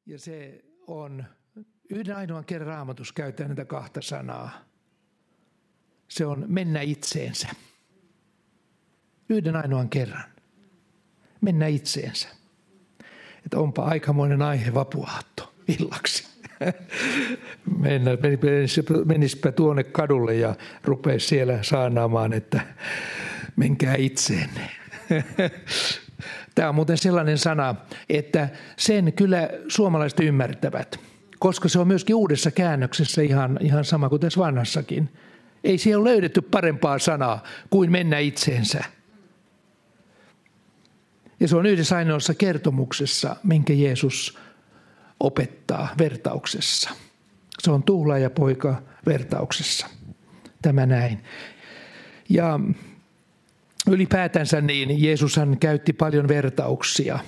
Ja se on, yhden ainoan kerran Raamatussa käytetään näitä kahta sanaa. Se on mennä itseensä. Yhden ainoan kerran. Mennä itseensä. Että onpa aikamoinen aihe vapuaatto illaksi. Menispä tuonne kadulle ja rupeisi siellä saarnaamaan, että menkää itseenne. Tämä on muuten sellainen sana, että sen kyllä suomalaiset ymmärtävät, koska se on myöskin uudessa käännöksessä ihan sama kuin tässä vanhassakin. Ei siellä ole löydetty parempaa sanaa kuin mennä itseensä. Ja se on yhdessä ainoassa kertomuksessa, minkä Jeesus opettaa vertauksessa. Se on tuhlaajapoika vertauksessa. Tämä näin. Ja ylipäätänsä niin Jeesushan käytti paljon vertauksia.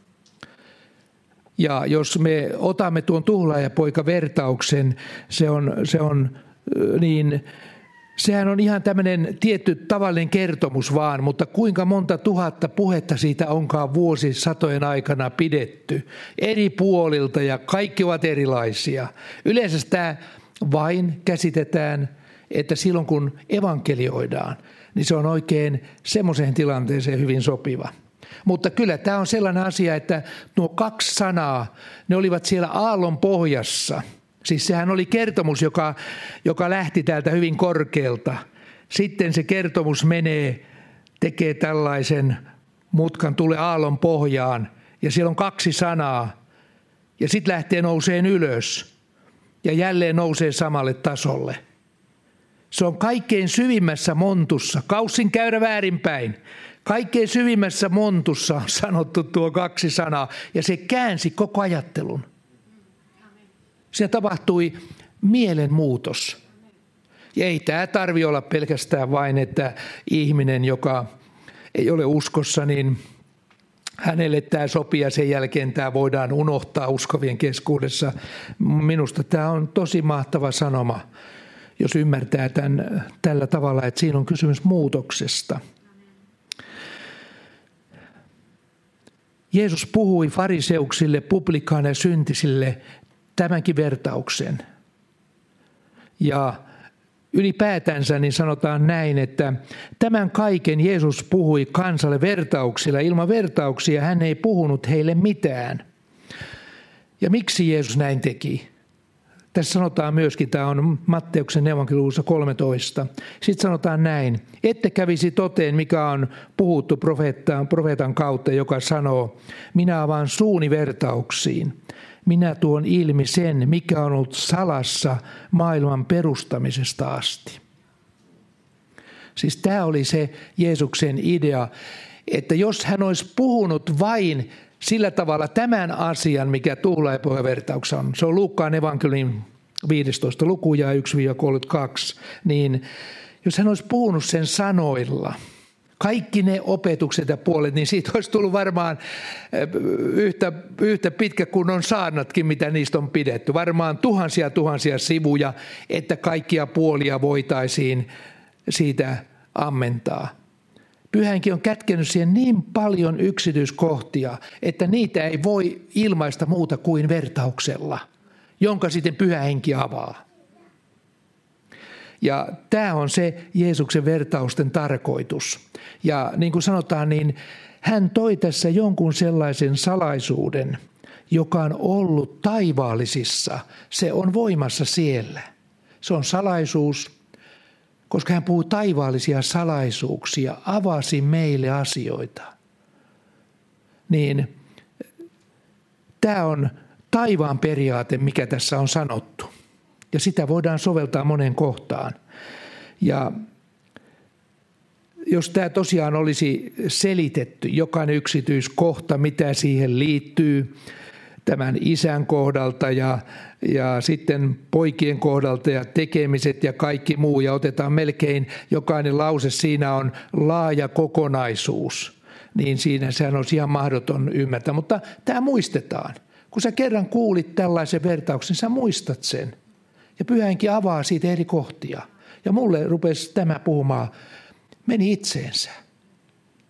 Ja jos me otamme tuon tuhlaajapoika vertauksen, sehän on ihan tämmöinen tietty tavallinen kertomus vaan, mutta kuinka monta tuhatta puhetta siitä onkaan vuosisatojen aikana pidetty eri puolilta ja kaikki ovat erilaisia. Yleensä sitä vain käsitetään, että silloin kun evankelioidaan, niin se on oikein semmoiseen tilanteeseen hyvin sopiva. Mutta kyllä tämä on sellainen asia, että nuo kaksi sanaa, ne olivat siellä aallon pohjassa. Siis sehän oli kertomus, joka lähti täältä hyvin korkealta. Sitten se kertomus tekee tällaisen mutkan, tulee aallon pohjaan ja siellä on kaksi sanaa. Ja sitten lähtee nouseen ylös ja jälleen nousee samalle tasolle. Se on kaikkein syvimmässä montussa, kaussin käyrä väärinpäin. Kaikkein syvimmässä montussa on sanottu tuo kaksi sanaa ja se käänsi koko ajattelun. Siinä tapahtui mielenmuutos. Ja ei tämä tarvitse olla pelkästään vain, että ihminen, joka ei ole uskossa, niin hänelle tämä sopii ja sen jälkeen tämä voidaan unohtaa uskovien keskuudessa. Minusta tämä on tosi mahtava sanoma, jos ymmärtää tämän tällä tavalla, että siinä on kysymys muutoksesta. Jeesus puhui fariseuksille, publikaaneille ja syntisille tämänkin vertauksen. Ja ylipäätänsä niin sanotaan näin, että tämän kaiken Jeesus puhui kansalle vertauksilla. Ilman vertauksia hän ei puhunut heille mitään. Ja miksi Jeesus näin teki? Tässä sanotaan myöskin, tämä on Matteuksen evankeliumissa 13. Sitten sanotaan näin, ette kävisi toteen, mikä on puhuttu profeetan kautta, joka sanoo, minä avaan suuni vertauksiin. Minä tuon ilmi sen, mikä on ollut salassa maailman perustamisesta asti. Siis tämä oli se Jeesuksen idea, että jos hän olisi puhunut vain sillä tavalla tämän asian, mikä tuhlaajapoika vertauksessa on, se on Luukkaan evankeliumin 15. luku ja 1-32, niin jos hän olisi puhunut sen sanoilla, kaikki ne opetukset ja puolet, niin siitä olisi tullut varmaan yhtä pitkä kuin on saarnatkin, mitä niistä on pidetty. Varmaan tuhansia sivuja, että kaikkia puolia voitaisiin siitä ammentaa. Pyhä Henki on kätkenyt siihen niin paljon yksityiskohtia, että niitä ei voi ilmaista muuta kuin vertauksella, jonka sitten Pyhä Henki avaa. Ja tämä on se Jeesuksen vertausten tarkoitus. Ja niin kuin sanotaan, niin hän toi tässä jonkun sellaisen salaisuuden, joka on ollut taivaallisissa. Se on voimassa siellä. Se on salaisuus, koska hän puhuu taivaallisia salaisuuksia, avasi meille asioita. Niin tämä on taivaan periaate, mikä tässä on sanottu. Ja sitä voidaan soveltaa monen kohtaan. Ja jos tämä tosiaan olisi selitetty, jokainen yksityiskohta, mitä siihen liittyy, tämän isän kohdalta ja sitten poikien kohdalta ja tekemiset ja kaikki muu, ja otetaan melkein jokainen lause, siinä on laaja kokonaisuus, niin siinä sehän on ihan mahdoton ymmärtää. Mutta tämä muistetaan. Kun sä kerran kuulit tällaisen vertauksen, sä muistat sen. Ja Pyhä Henki avaa siitä eri kohtia. Ja mulle rupesi tämä puhumaan, meni itseensä.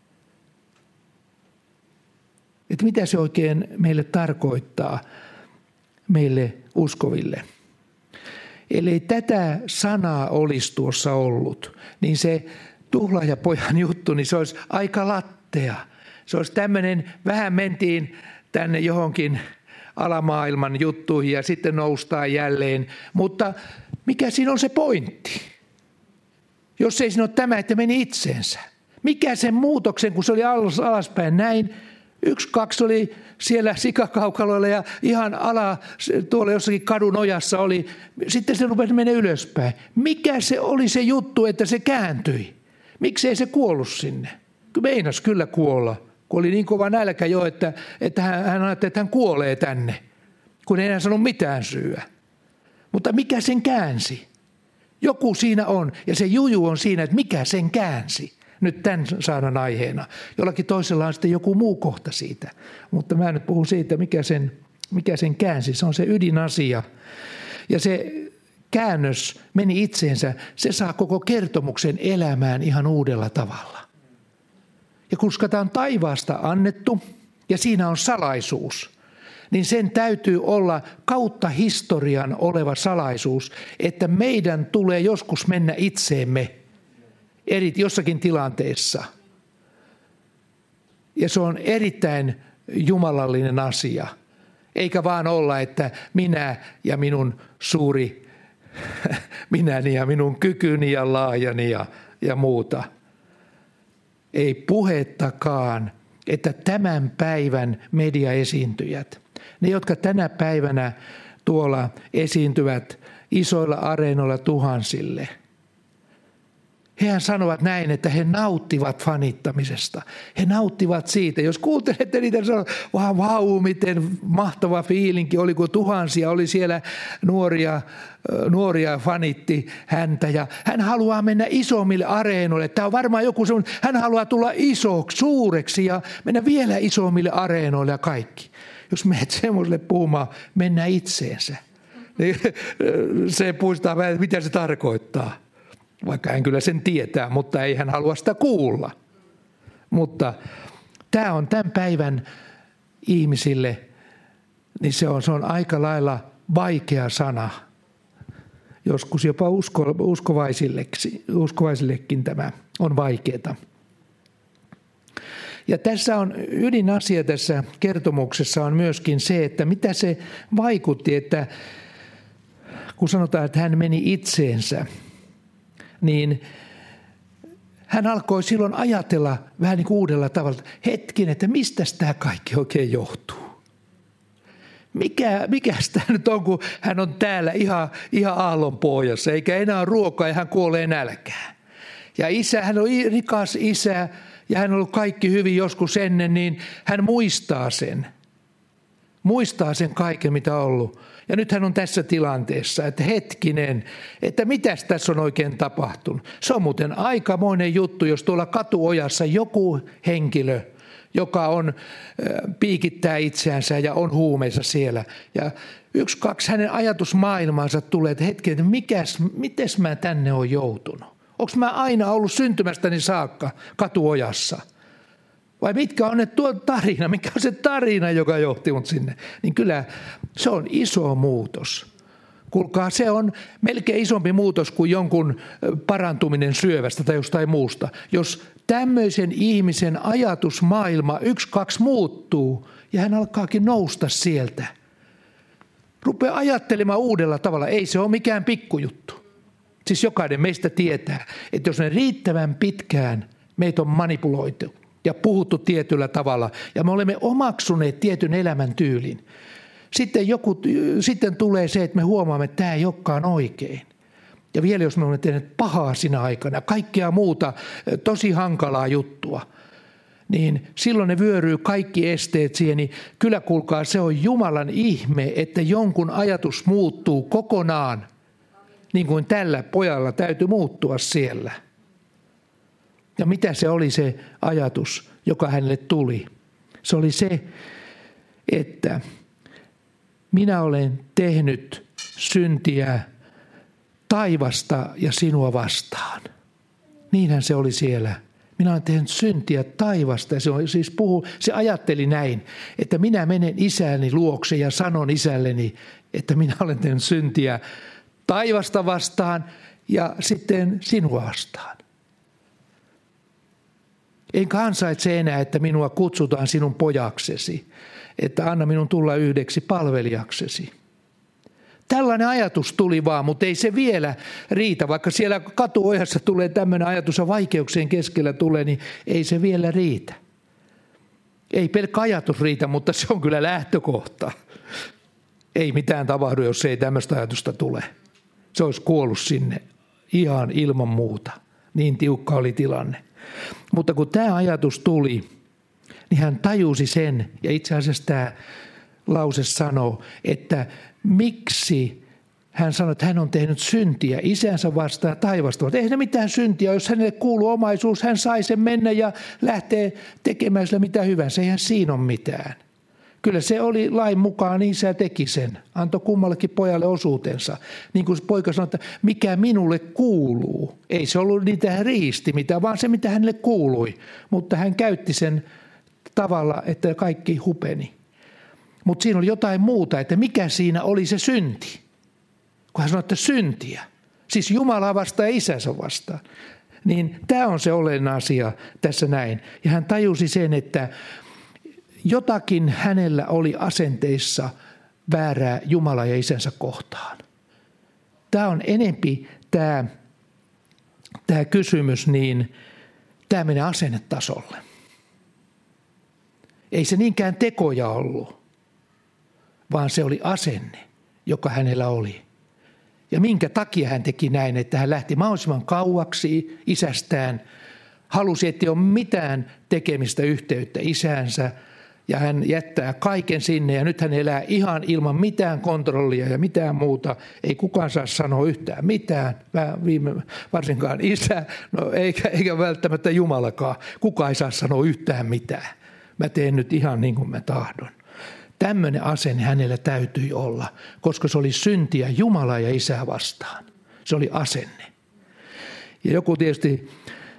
Että mitä se oikein meille tarkoittaa. meille uskoville. Ellei tätä sanaa olisi tuossa ollut, niin se tuhlaajapojan juttu, niin se olisi aika lattea. Se olisi tämmöinen, vähän mentiin tänne johonkin alamaailman juttuihin ja sitten noustaan jälleen. Mutta mikä siinä on se pointti? Jos ei siinä ole tämä, että meni itseensä. Mikä sen muutoksen, kun se oli alaspäin näin, 1-2 oli siellä sikakaukaloilla ja ihan tuolla jossakin kadun ojassa oli. Sitten se rupesi mennä ylöspäin. Mikä se oli se juttu, että se kääntyi? Miksei se kuollut sinne? Meinasi kyllä kuolla, kun oli niin kova nälkä jo, että hän ajatteli, että hän kuolee tänne, kun ei enää sanonut mitään syyä. Mutta mikä sen käänsi? Joku siinä on, ja se juju on siinä, että mikä sen käänsi. Nyt tämän saanan aiheena. Jollakin toisella on sitten joku muu kohta siitä. Mutta mä nyt puhun siitä, mikä sen käänsi. Se on se ydinasia. Ja se käännös meni itseensä. Se saa koko kertomuksen elämään ihan uudella tavalla. Ja koska tämä on taivaasta annettu ja siinä on salaisuus, niin sen täytyy olla kautta historian oleva salaisuus, että meidän tulee joskus mennä itseemme jossakin tilanteessa. Ja se on erittäin jumalallinen asia. Eikä vaan olla, että minä ja minun suuri minäni ja minun kykyni ja laajani ja muuta. Ei puhettakaan, että tämän päivän mediaesiintyjät, ne jotka tänä päivänä tuolla esiintyvät isoilla areenoilla tuhansille, hehän sanovat näin, että he nauttivat fanittamisesta. He nauttivat siitä. Jos kuuntelette niitä, sanovat, vau, miten mahtava fiilinki oli, kun tuhansia oli siellä nuoria fanitti häntä. Ja hän haluaa mennä isommille areenoille. Tämä on varmaan joku semmoinen, hän haluaa tulla isoksi, suureksi ja mennä vielä isommille areenoille ja kaikki. Jos menet semmoiselle puhumaan, mennä itseensä. Niin se puistaa vähän, mitä se tarkoittaa. Vaikka hän kyllä sen tietää, mutta ei hän halua sitä kuulla. Mutta tämä on tämän päivän ihmisille, niin se on aika lailla vaikea sana. Joskus jopa uskovaisillekin tämä on vaikeaa. Ja tässä on ydinasia tässä kertomuksessa on myöskin se, että mitä se vaikutti, että kun sanotaan, että hän meni itseensä, niin hän alkoi silloin ajatella vähän niin kuin uudella tavalla, hetken, että mistä tämä kaikki oikein johtuu. Mikäs tämä nyt on, kun hän on täällä ihan aallonpohjassa, eikä enää ole ruokaa ja hän kuolee nälkään. Ja hän on rikas isä ja hän on ollut kaikki hyvin joskus ennen, niin hän muistaa sen. Muistaa sen kaiken, mitä on ollut. Ja nyt hän on tässä tilanteessa, että hetkinen, että mitäs tässä on oikein tapahtunut. Se on muuten aikamoinen juttu, jos tuolla katuojassa joku henkilö, joka piikittää itseänsä ja on huumeissa siellä. Ja 1-2 hänen ajatusmaailmaansa tulee, että hetkinen, mites mä tänne olen joutunut? Onko mä aina ollut syntymästäni saakka katuojassa? Vai mitkä on tarina? Mikä on se tarina, joka johti mut sinne? Niin kyllä se on iso muutos. Kuulkaa, se on melkein isompi muutos kuin jonkun parantuminen syövästä tai jostain muusta. Jos tämmöisen ihmisen ajatusmaailma 1-2 muuttuu ja hän alkaakin nousta sieltä. Rupeaa ajattelemaan uudella tavalla. Ei se ole mikään pikkujuttu. Siis jokainen meistä tietää, että jos me riittävän pitkään meitä on manipuloitu ja puhuttu tietyllä tavalla ja me olemme omaksuneet tietyn elämäntyylin, sitten tulee se, että me huomaamme, että tämä ei olekaan oikein. Ja vielä jos me olemme tehneet pahaa sinä aikana, kaikkea muuta tosi hankalaa juttua, niin silloin ne vyöryy kaikki esteet siihen, niin kyllä kuulkaa, se on Jumalan ihme, että jonkun ajatus muuttuu kokonaan, niin kuin tällä pojalla täytyy muuttua siellä. Ja mitä se oli se ajatus, joka hänelle tuli? Se oli se, että minä olen tehnyt syntiä taivasta ja sinua vastaan. Niinhän se oli siellä. Minä olen tehnyt syntiä taivasta. Ja se ajatteli näin, että minä menen isäni luokse ja sanon isälleni, että minä olen tehnyt syntiä taivasta vastaan ja sitten sinua vastaan. Enkä ansaitse enää, että minua kutsutaan sinun pojaksesi, että anna minun tulla yhdeksi palvelijaksesi. Tällainen ajatus tuli vaan, mutta ei se vielä riitä. Vaikka siellä katuojassa tulee tämmöinen ajatus ja vaikeuksien keskellä tulee, niin ei se vielä riitä. Ei pelkkä ajatus riitä, mutta se on kyllä lähtökohta. Ei mitään tapahdu, jos ei tämmöistä ajatusta tule. Se olisi kuollut sinne ihan ilman muuta. Niin tiukka oli tilanne. Mutta kun tämä ajatus tuli, niin hän tajusi sen, ja itse asiassa tämä lause sanoo, että miksi hän sanoi, että hän on tehnyt syntiä isänsä vastaan ja taivasta vastaan. Eihän mitään syntiä, jos hänelle kuuluu omaisuus, hän sai sen mennä ja lähtee tekemään sillä mitä hyvänsä. Eihän siinä ole mitään. Kyllä se oli lain mukaan, niin isä teki sen. Antoi kummallekin pojalle osuutensa. Niin kuin poika sanoi, että mikä minulle kuuluu. Ei se ollut niitä hän riisti mitään, vaan se mitä hänelle kuului. Mutta hän käytti sen tavalla, että kaikki hupeni. Mutta siinä oli jotain muuta, että mikä siinä oli se synti. Kun hän sanoi, että syntiä. Siis Jumalaa vastaan ja isänsä vastaan. Niin tämä on se oleellinen asia tässä näin. Ja hän tajusi sen, että jotakin hänellä oli asenteissa väärää Jumala ja isänsä kohtaan. Tämä on enempi tämä kysymys, niin tämä menee asennetasolle. Ei se niinkään tekoja ollut, vaan se oli asenne, joka hänellä oli. Ja minkä takia hän teki näin, että hän lähti mahdollisimman kauaksi isästään, halusi, ettei ole mitään tekemistä yhteyttä isäänsä, ja hän jättää kaiken sinne, ja nyt hän elää ihan ilman mitään kontrollia ja mitään muuta. Ei kukaan saa sanoa yhtään mitään, varsinkaan isä, no eikä välttämättä Jumalakaan. Kukaan ei saa sanoa yhtään mitään. Mä teen nyt ihan niin kuin mä tahdon. Tämmöinen asenne hänellä täytyi olla, koska se oli syntiä Jumalaa ja isää vastaan. Se oli asenne. Ja joku tietysti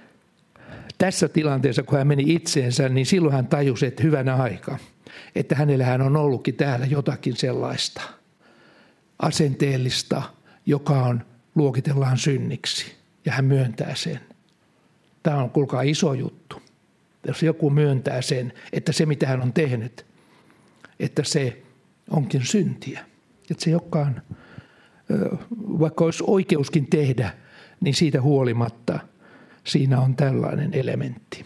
tässä tilanteessa, kun hän meni itseensä, niin silloin hän tajusi, että hyvänä aika, että hänellähän on ollutkin täällä jotakin sellaista asenteellista, joka luokitellaan synniksi, ja hän myöntää sen. Tämä on, kuulkaa, iso juttu. Jos joku myöntää sen, että se mitä hän on tehnyt, että se onkin syntiä. Että se jokaan, vaikka olisi oikeuskin tehdä, niin siitä huolimatta siinä on tällainen elementti.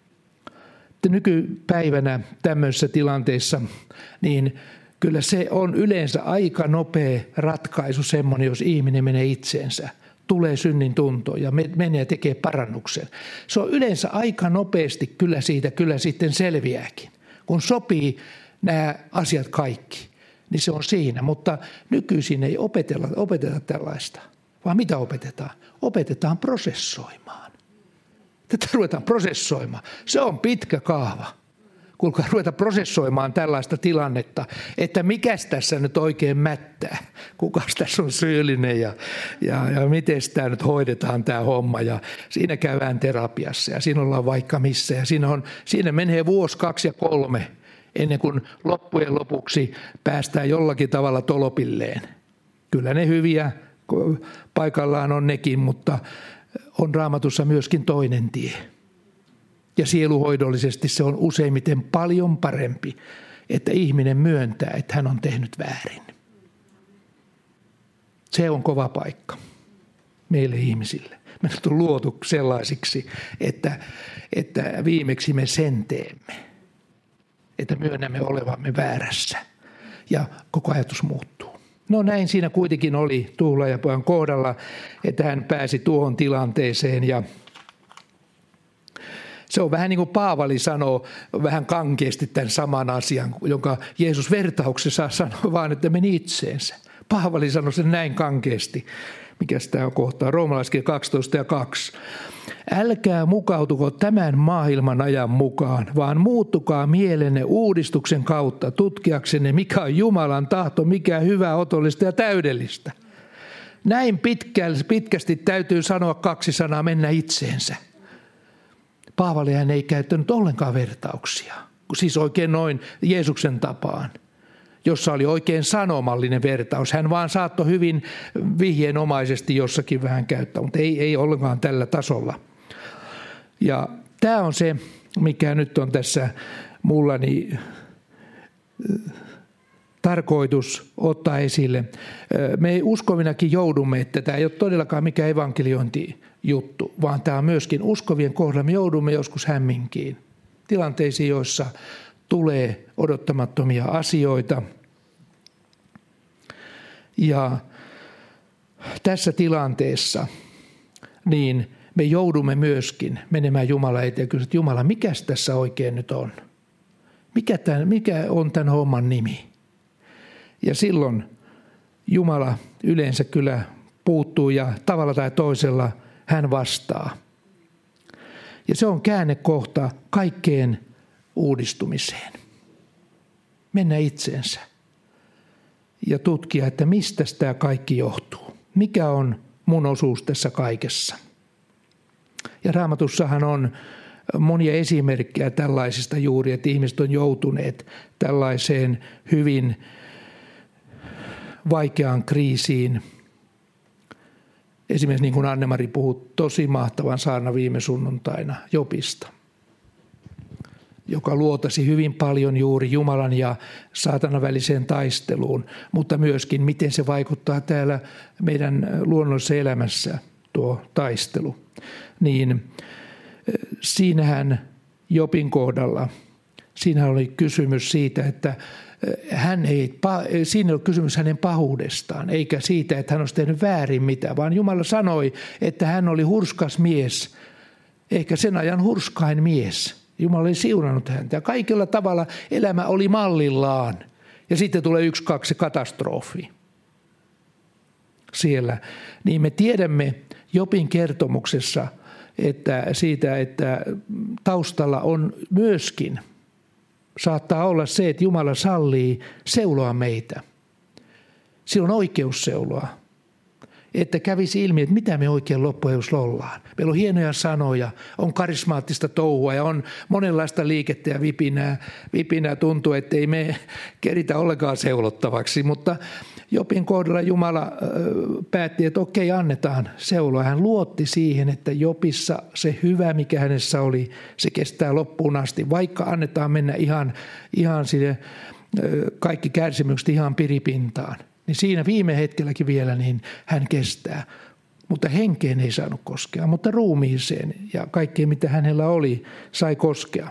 Nykypäivänä tämmöisessä tilanteessa, niin kyllä se on yleensä aika nopea ratkaisu semmoinen, jos ihminen menee itseensä. Tulee synnin tunto ja menee ja tekee parannuksen. Se on yleensä aika nopeasti kyllä sitten selviääkin. Kun sopii nämä asiat kaikki, niin se on siinä. Mutta nykyisin ei opeteta tällaista, vaan mitä opetetaan? Opetetaan prosessoimaan. Tätä ruvetaan prosessoimaan. Se on pitkä kaava. Kuulkaa, ruveta prosessoimaan tällaista tilannetta, että mikäs tässä nyt oikein mättää, kukas tässä on syyllinen ja miten tämä nyt hoidetaan tämä homma. Ja siinä käydään terapiassa ja siinä ollaan vaikka missä ja siinä menee vuosi, 2 ja 3 ennen kuin loppujen lopuksi päästään jollakin tavalla tolpilleen. Kyllä ne hyviä paikallaan on nekin, mutta on Raamatussa myöskin toinen tie. Ja sieluhoidollisesti se on useimmiten paljon parempi, että ihminen myöntää, että hän on tehnyt väärin. Se on kova paikka meille ihmisille. Meidät on luotu sellaisiksi, että viimeksi me sen teemme. Että myönnämme olevamme väärässä ja koko ajatus muuttuu. No näin siinä kuitenkin oli tuhlaajapojan kohdalla, että hän pääsi tuohon tilanteeseen ja se on vähän niin kuin Paavali sanoo vähän kankeasti tämän saman asian, jonka Jeesus vertauksessa sanoi vaan, että meni itseensä. Paavali sanoi sen näin kankeasti. Mikäs tämä on kohtaa? Roomalaiskirja 12:2. Älkää mukautuko tämän maailman ajan mukaan, vaan muuttukaa mielenne uudistuksen kautta tutkiaksenne, mikä on Jumalan tahto, mikä on hyvää, otollista ja täydellistä. Näin pitkästi täytyy sanoa 2 sanaa, mennä itseensä. Paavali hän ei käyttänyt ollenkaan vertauksia, siis oikein noin Jeesuksen tapaan, jossa oli oikein sanomallinen vertaus. Hän vaan saattoi hyvin vihjeenomaisesti jossakin vähän käyttää, mutta ei ollenkaan tällä tasolla. Ja tämä on se, mikä nyt on tässä mullani tarkoitus ottaa esille. Me uskovinakin joudumme, että tämä ei ole todellakaan mikään evankeliointijuttu, vaan tämä on myöskin uskovien kohdalla. Me joudumme joskus hämminkiin tilanteisiin, joissa tulee odottamattomia asioita. Ja tässä tilanteessa niin me joudumme myöskin menemään Jumalan eteen ja kysyä, että Jumala, mikäs tässä oikein nyt on? Mikä on tämän homman nimi? Ja silloin Jumala yleensä kyllä puuttuu ja tavalla tai toisella hän vastaa. Ja se on käännekohta kaikkeen uudistumiseen. Mennä itseensä ja tutkia, että mistä tämä kaikki johtuu. Mikä on mun osuus tässä kaikessa? Ja Raamatussahan on monia esimerkkejä tällaisista juuri, että ihmiset on joutuneet tällaiseen hyvin vaikeaan kriisiin. Esimerkiksi niin kuin Anne-Mari puhui tosi mahtavan saarna viime sunnuntaina Jobista, joka luotasi hyvin paljon juuri Jumalan ja saatanan väliseen taisteluun, mutta myöskin miten se vaikuttaa täällä meidän luonnollisessa elämässä tuo taistelu. Niin siinähän Jobin kohdalla, siinä oli kysymys siitä, että siinä ei ole kysymys hänen pahuudestaan, eikä siitä, että hän olisi tehnyt väärin mitään, vaan Jumala sanoi, että hän oli hurskas mies, ehkä sen ajan hurskain mies. Jumala oli siunannut häntä ja kaikilla tavalla elämä oli mallillaan. Ja sitten tulee 1-2 katastrofi siellä. Niin me tiedämme Jobin kertomuksessa, että taustalla on myöskin, saattaa olla se, että Jumala sallii seuloa meitä. Sillä on oikeus seuloa. Että kävisi ilmi, että mitä me oikein loppujen ollaan. Meillä on hienoja sanoja, on karismaattista touhua ja on monenlaista liikettä ja vipinää tuntuu, että ei me keritä ollenkaan seulottavaksi. Mutta Jobin kohdalla Jumala päätti, että okei, annetaan seuloa. Hän luotti siihen, että Jobissa se hyvä, mikä hänessä oli, se kestää loppuun asti. Vaikka annetaan mennä ihan sille kaikki kärsimykset ihan piripintaan. Niin siinä viime hetkelläkin vielä niin hän kestää. Mutta henkeen ei saanut koskea, mutta ruumiiseen ja kaikkeen mitä hänellä oli, sai koskea.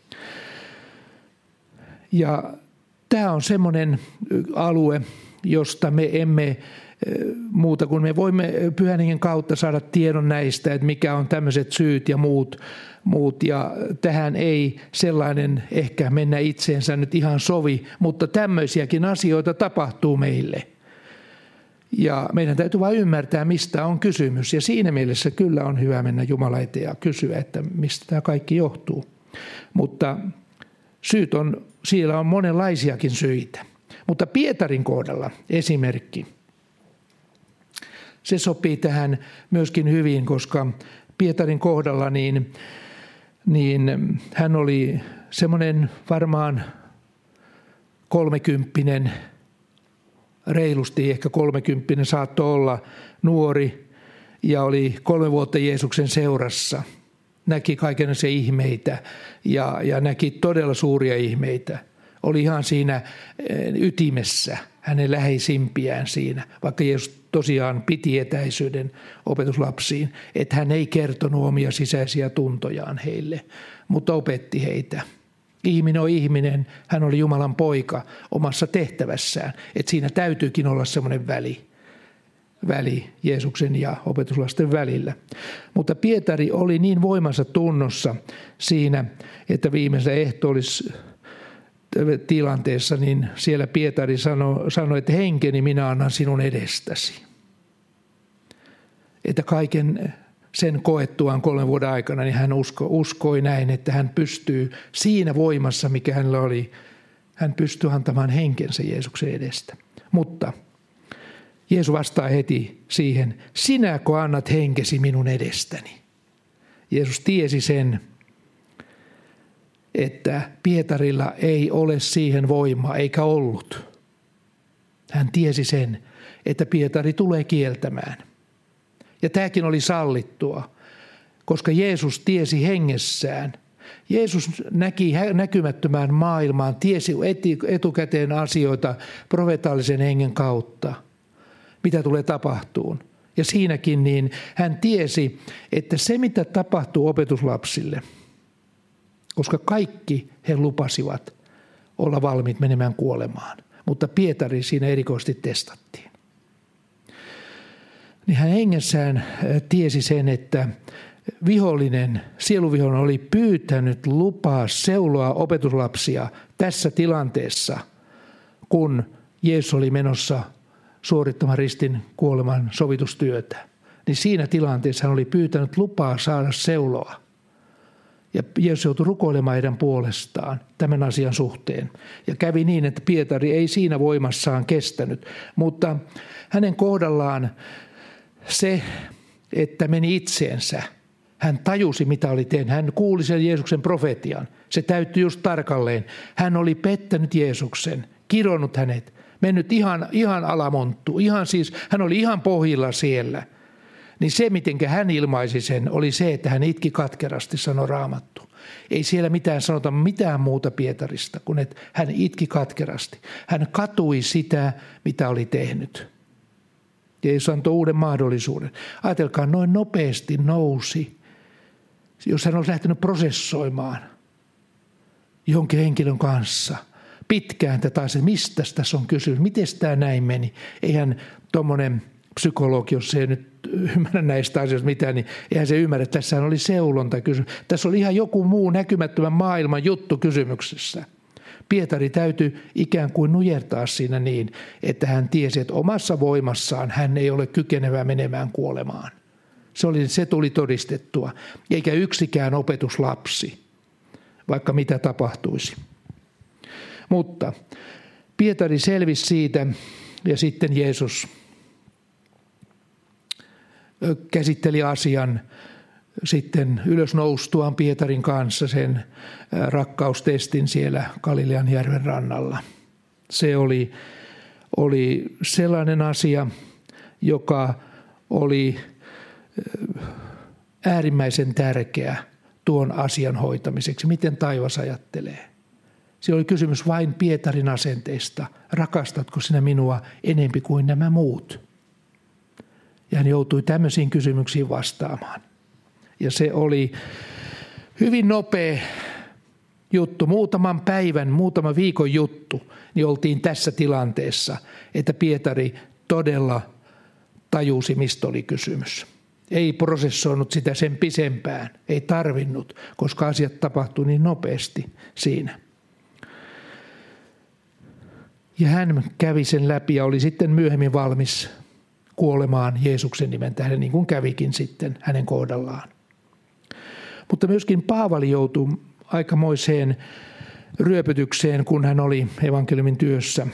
Ja tämä on semmoinen alue, josta me emme muuta kuin me voimme Pyhän Hengen kautta saada tiedon näistä, että mikä on tämmöiset syyt ja muut. Ja tähän ei sellainen ehkä mennä itseensä nyt ihan sovi, mutta tämmöisiäkin asioita tapahtuu meille. Ja meidän täytyy vain ymmärtää, mistä on kysymys. Ja siinä mielessä kyllä on hyvä mennä Jumalan eteen ja kysyä, että mistä tämä kaikki johtuu. Mutta siellä on monenlaisiakin syitä. Mutta Pietarin kohdalla esimerkki. Se sopii tähän myöskin hyvin, koska Pietarin kohdalla niin hän oli semmoinen varmaan 30, reilusti ehkä 30 saattoi olla nuori ja oli 3 vuotta Jeesuksen seurassa. Näki kaikenlaisia ihmeitä ja näki todella suuria ihmeitä. Oli ihan siinä ytimessä, hänen läheisimpiään siinä, vaikka Jeesus tosiaan piti etäisyyden opetuslapsiin, että hän ei kertonut omia sisäisiä tuntojaan heille, mutta opetti heitä. Ihminen on ihminen, hän oli Jumalan poika omassa tehtävässään, että siinä täytyykin olla semmoinen väli Jeesuksen ja opetuslasten välillä. Mutta Pietari oli niin voimansa tunnossa siinä, että viimeisellä ehtoollistilanteessa, niin siellä Pietari sanoi, että henkeni minä annan sinun edestäsi. Että kaiken sen koettuaan 3 vuoden aikana, niin hän uskoi näin, että hän pystyy siinä voimassa, mikä hänellä oli, hän pystyy antamaan henkensä Jeesuksen edestä. Mutta Jeesus vastaa heti siihen, sinäkö annat henkesi minun edestäni? Jeesus tiesi sen, että Pietarilla ei ole siihen voimaa, eikä ollut. Hän tiesi sen, että Pietari tulee kieltämään. Ja tämäkin oli sallittua, koska Jeesus tiesi hengessään. Jeesus näki näkymättömään maailmaan, tiesi etukäteen asioita profeetallisen hengen kautta, mitä tulee tapahtuun. Ja siinäkin niin hän tiesi, että se mitä tapahtuu opetuslapsille, koska kaikki he lupasivat olla valmiit menemään kuolemaan, mutta Pietari siinä erikoisesti testattiin. Niin hän hengessään tiesi sen, että sieluvihollinen oli pyytänyt lupaa seuloa opetuslapsia tässä tilanteessa, kun Jeesus oli menossa suorittamaan ristin kuoleman sovitustyötä. Niin siinä tilanteessa hän oli pyytänyt lupaa saada seuloa. Ja Jeesus joutui rukoilemaan heidän puolestaan tämän asian suhteen. Ja kävi niin, että Pietari ei siinä voimassaan kestänyt. Mutta hänen kohdallaan se, että meni itseensä. Hän tajusi, mitä oli tehnyt. Hän kuuli sen Jeesuksen profetian. Se täyttyi just tarkalleen. Hän oli pettänyt Jeesuksen, kironnut hänet, mennyt ihan alamonttuun. Hän oli ihan pohjilla siellä. Niin se, miten hän ilmaisi sen, oli se, että hän itki katkerasti, sanoi Raamattu. Ei siellä sanota mitään muuta Pietarista, kuin että hän itki katkerasti. Hän katui sitä, mitä oli tehnyt. Jeesus antoi uuden mahdollisuuden. Ajatelkaa, noin nopeasti nousi, jos hän olisi lähtenyt prosessoimaan jonkin henkilön kanssa. Pitkään tätä asiaa, mistä tässä on kysymys, miten tämä näin meni. Eihän tuommoinen psykologi, jos se ei nyt ymmärrä näistä asioista mitään, niin eihän se ymmärrä, että tässä oli seulonta kysymys. Tässä oli ihan joku muu näkymättömän maailman juttu kysymyksessä. Pietari täytyi ikään kuin nujertaa siinä niin, että hän tiesi, että omassa voimassaan hän ei ole kykenevä menemään kuolemaan. Se tuli todistettua, eikä yksikään opetuslapsi, vaikka mitä tapahtuisi. Mutta Pietari selvisi siitä ja sitten Jeesus käsitteli asian sitten ylösnoustuaan Pietarin kanssa sen rakkaustestin siellä Galilean järven rannalla. Se oli sellainen asia, joka oli äärimmäisen tärkeä tuon asian hoitamiseksi. Miten taivas ajattelee? Se oli kysymys vain Pietarin asenteesta. Rakastatko sinä minua enempi kuin nämä muut? Ja hän joutui tämmöisiin kysymyksiin vastaamaan. Ja se oli hyvin nopea juttu, muutaman viikon juttu, niin oltiin tässä tilanteessa, että Pietari todella tajusi, mistä oli kysymys. Ei prosessoinut sitä sen pisempään, ei tarvinnut, koska asiat tapahtui niin nopeasti siinä. Ja hän kävi sen läpi ja oli sitten myöhemmin valmis kuolemaan Jeesuksen nimen tähden, niin kuin kävikin sitten hänen kohdallaan. Mutta myöskin Paavali joutui aikamoiseen ryöpytykseen, kun hän oli evankeliumin työssä.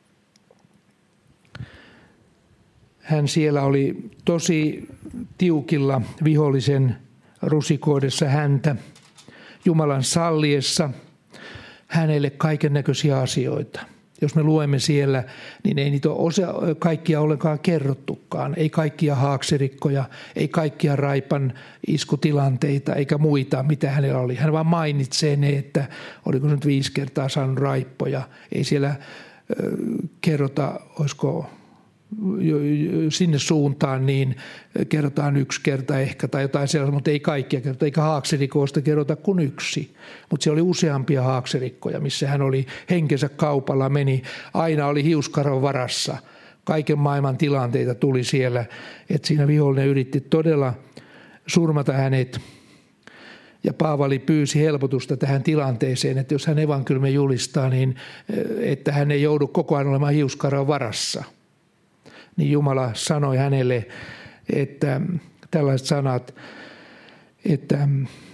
Hän siellä oli tosi tiukilla vihollisen rusikoidessa häntä, Jumalan salliessa hänelle kaiken näköisiä asioita. Jos me luemme siellä, niin ei niitä ole kaikkia ollenkaan kerrottukaan. Ei kaikkia haaksirikkoja, ei kaikkia raipan iskutilanteita eikä muita, mitä hänellä oli. Hän vaan mainitsee ne, että oliko nyt 5 kertaa saanut raippoja. Ei siellä kerrota, olisiko sinne suuntaan, niin kerrotaan 1 kerta ehkä tai jotain sellaista, mutta ei kaikkia kerrota, eikä haaksirikoista kerrota kuin 1. Mutta siellä oli useampia haaksirikkoja, missä hän oli henkensä kaupalla, aina oli hiuskaron varassa. Kaiken maailman tilanteita tuli siellä, että siinä vihollinen yritti todella surmata hänet. Ja Paavali pyysi helpotusta tähän tilanteeseen, että jos hän evankeliumin julistaa, niin että hän ei joudu koko ajan olemaan hiuskaron varassa. Niin Jumala sanoi hänelle, että tällaiset sanat, että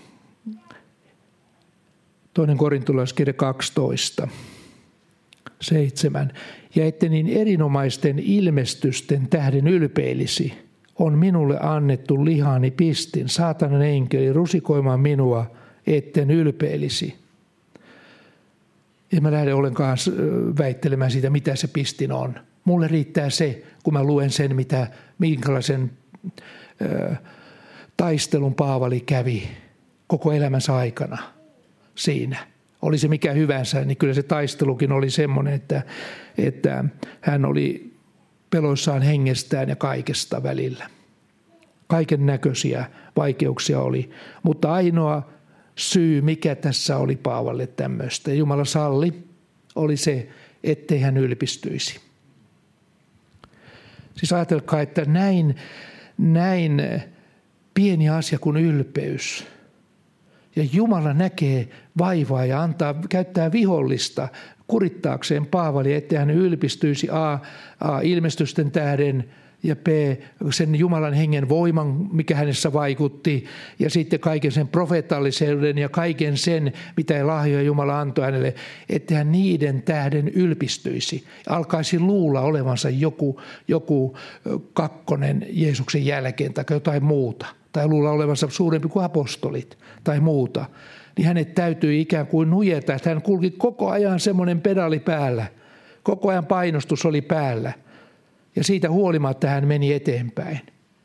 2. Korintolaiskirja 12:7. Ja että niin erinomaisten ilmestysten tähden ylpeilisi, on minulle annettu lihaani pistin, saatanan enkeli rusikoimaan minua, etten ylpeilisi. En mä lähde ollenkaan väittelemään siitä, mitä se pistin on. Mulle riittää se, kun mä luen sen, minkälaisen taistelun Paavali kävi koko elämänsä aikana siinä. Oli se mikä hyvänsä, niin kyllä se taistelukin oli semmoinen, että hän oli peloissaan hengestään ja kaikesta välillä. Kaiken näköisiä vaikeuksia oli, mutta ainoa syy, mikä tässä oli Paavalle tämmöistä, ja Jumala salli, oli se, ettei hän ylpistyisi. Siis ajatelkaa, että näin pieni asia kuin ylpeys. Ja Jumala näkee vaivaa ja käyttää vihollista kurittaakseen Paavalia, ettei hän ylpistyisi A ilmestysten tähden ja B sen Jumalan hengen voiman, mikä hänessä vaikutti, ja sitten kaiken sen profeetallisuuden ja kaiken sen, mitä lahjoja Jumala antoi hänelle, ettei hän niiden tähden ylpistyisi. Alkaisi luulla olevansa joku kakkonen Jeesuksen jälkeen tai jotain muuta, tai luulla olevansa suurempi kuin apostolit tai muuta, niin hänet täytyi ikään kuin nujeta, että hän kulki koko ajan semmoinen pedaali päällä, koko ajan painostus oli päällä. Ja siitä huolimatta hän meni eteenpäin.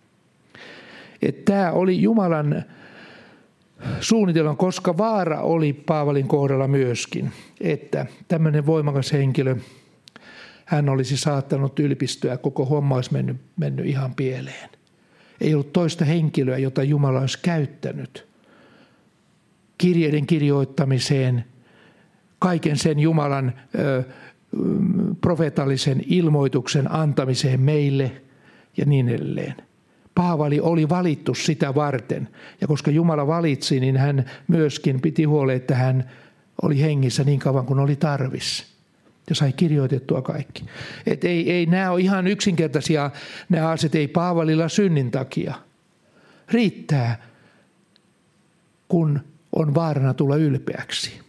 Tämä oli Jumalan suunnitelma, koska vaara oli Paavalin kohdalla myöskin, että tämmöinen voimakas henkilö, hän olisi saattanut ylpistyä, koko homma olisi mennyt ihan pieleen. Ei ollut toista henkilöä, jota Jumala olisi käyttänyt kirjeiden kirjoittamiseen, kaiken sen Jumalan profeetallisen ilmoituksen antamiseen meille ja niin edelleen. Paavali oli valittu sitä varten, ja koska Jumala valitsi, niin hän myöskin piti huolen, että hän oli hengissä niin kauan kuin oli tarvis. Ja sai kirjoitettua kaikki. Et ei nämä ole ihan yksinkertaisia, nämä asiat ei Paavalilla synnin takia. Riittää, kun on vaarana tulla ylpeäksi.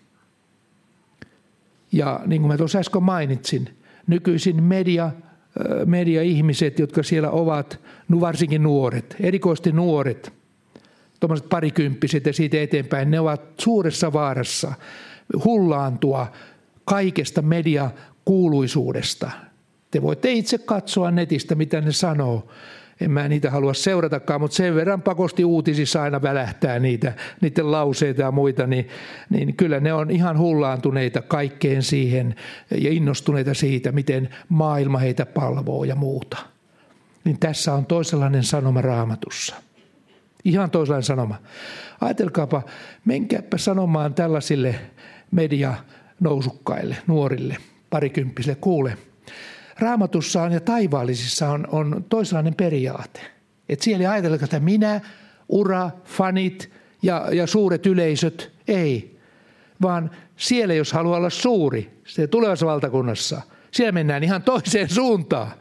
Ja niin kuin mä tuossa äsken mainitsin, nykyisin media-ihmiset, jotka siellä ovat, varsinkin nuoret, erikoisesti nuoret, tuommoiset parikymppiset ja siitä eteenpäin, ne ovat suuressa vaarassa hullaantua kaikesta mediakuuluisuudesta. Te voitte itse katsoa netistä, mitä ne sanoo. En mä niitä halua seuratakaan, mutta sen verran pakosti uutisissa aina välähtää niiden lauseita ja muita, niin kyllä ne on ihan hullaantuneita kaikkeen siihen ja innostuneita siitä, miten maailma heitä palvoo ja muuta. Niin tässä on toisenlainen sanoma Raamatussa. Ihan toisenlainen sanoma. Ajatelkaapa, menkääpä sanomaan tällaisille medianousukkaille, nuorille, parikymppisille, kuule. Raamatussaan ja taivaallisissa on toisenlainen periaate. Että siellä ei ajatella, että minä, ura, fanit ja suuret yleisöt, ei. Vaan siellä, jos haluaa olla suuri, se tulevassa valtakunnassa, siellä mennään ihan toiseen suuntaan.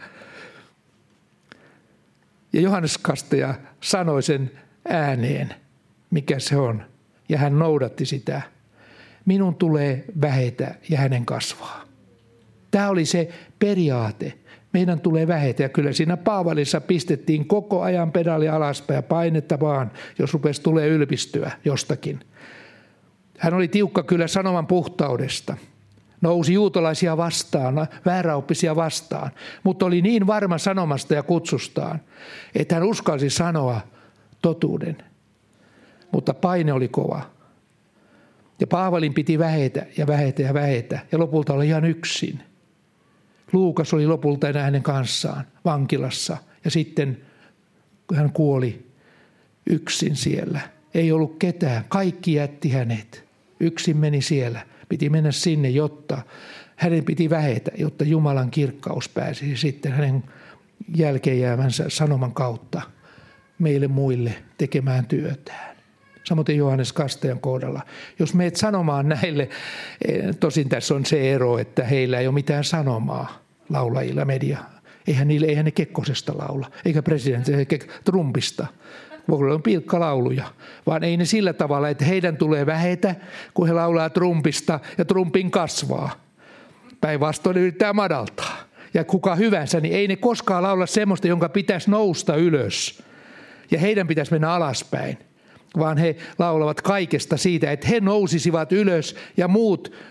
Ja Johannes Kastaja sanoi sen ääneen, mikä se on. Ja hän noudatti sitä. Minun tulee vähetä ja hänen kasvaa. Tämä oli se periaate. Meidän tulee vähetä. Ja kyllä siinä Paavalissa pistettiin koko ajan pedaali alaspäin ja painetta vaan, jos rupesi tulee ylpistyä jostakin. Hän oli tiukka kyllä sanoman puhtaudesta. Nousi juutalaisia vastaan, vääräoppisia vastaan, mutta oli niin varma sanomasta ja kutsustaan, että hän uskalsi sanoa totuuden. Mutta paine oli kova. Ja Paavalin piti vähetä ja vähetä ja vähetä ja lopulta oli ihan yksin. Luukas oli lopulta enää hänen kanssaan vankilassa ja sitten hän kuoli yksin siellä. Ei ollut ketään, kaikki jätti hänet. Yksin meni siellä, piti mennä sinne, jotta hänen piti vähetä, jotta Jumalan kirkkaus pääsisi sitten hänen jälkeen jäävänsä sanoman kautta meille muille tekemään työtään. Samoin Johannes Kastajan kohdalla. Jos meet sanomaan näille, tosin tässä on se ero, että heillä ei ole mitään sanomaa laulajilla media. Eihän ne Kekkosesta laula, eikä presidentti, eikä Trumpista. Voi on pilkkalauluja, vaan ei ne sillä tavalla, että heidän tulee vähetä, kun he laulaa Trumpista ja Trumpin kasvaa. Päinvastoin yrittää madaltaa. Ja kuka hyvänsä, niin ei ne koskaan laula semmoista, jonka pitäisi nousta ylös. Ja heidän pitäisi mennä alaspäin. Vaan he laulavat kaikesta siitä, että he nousisivat ylös ja muut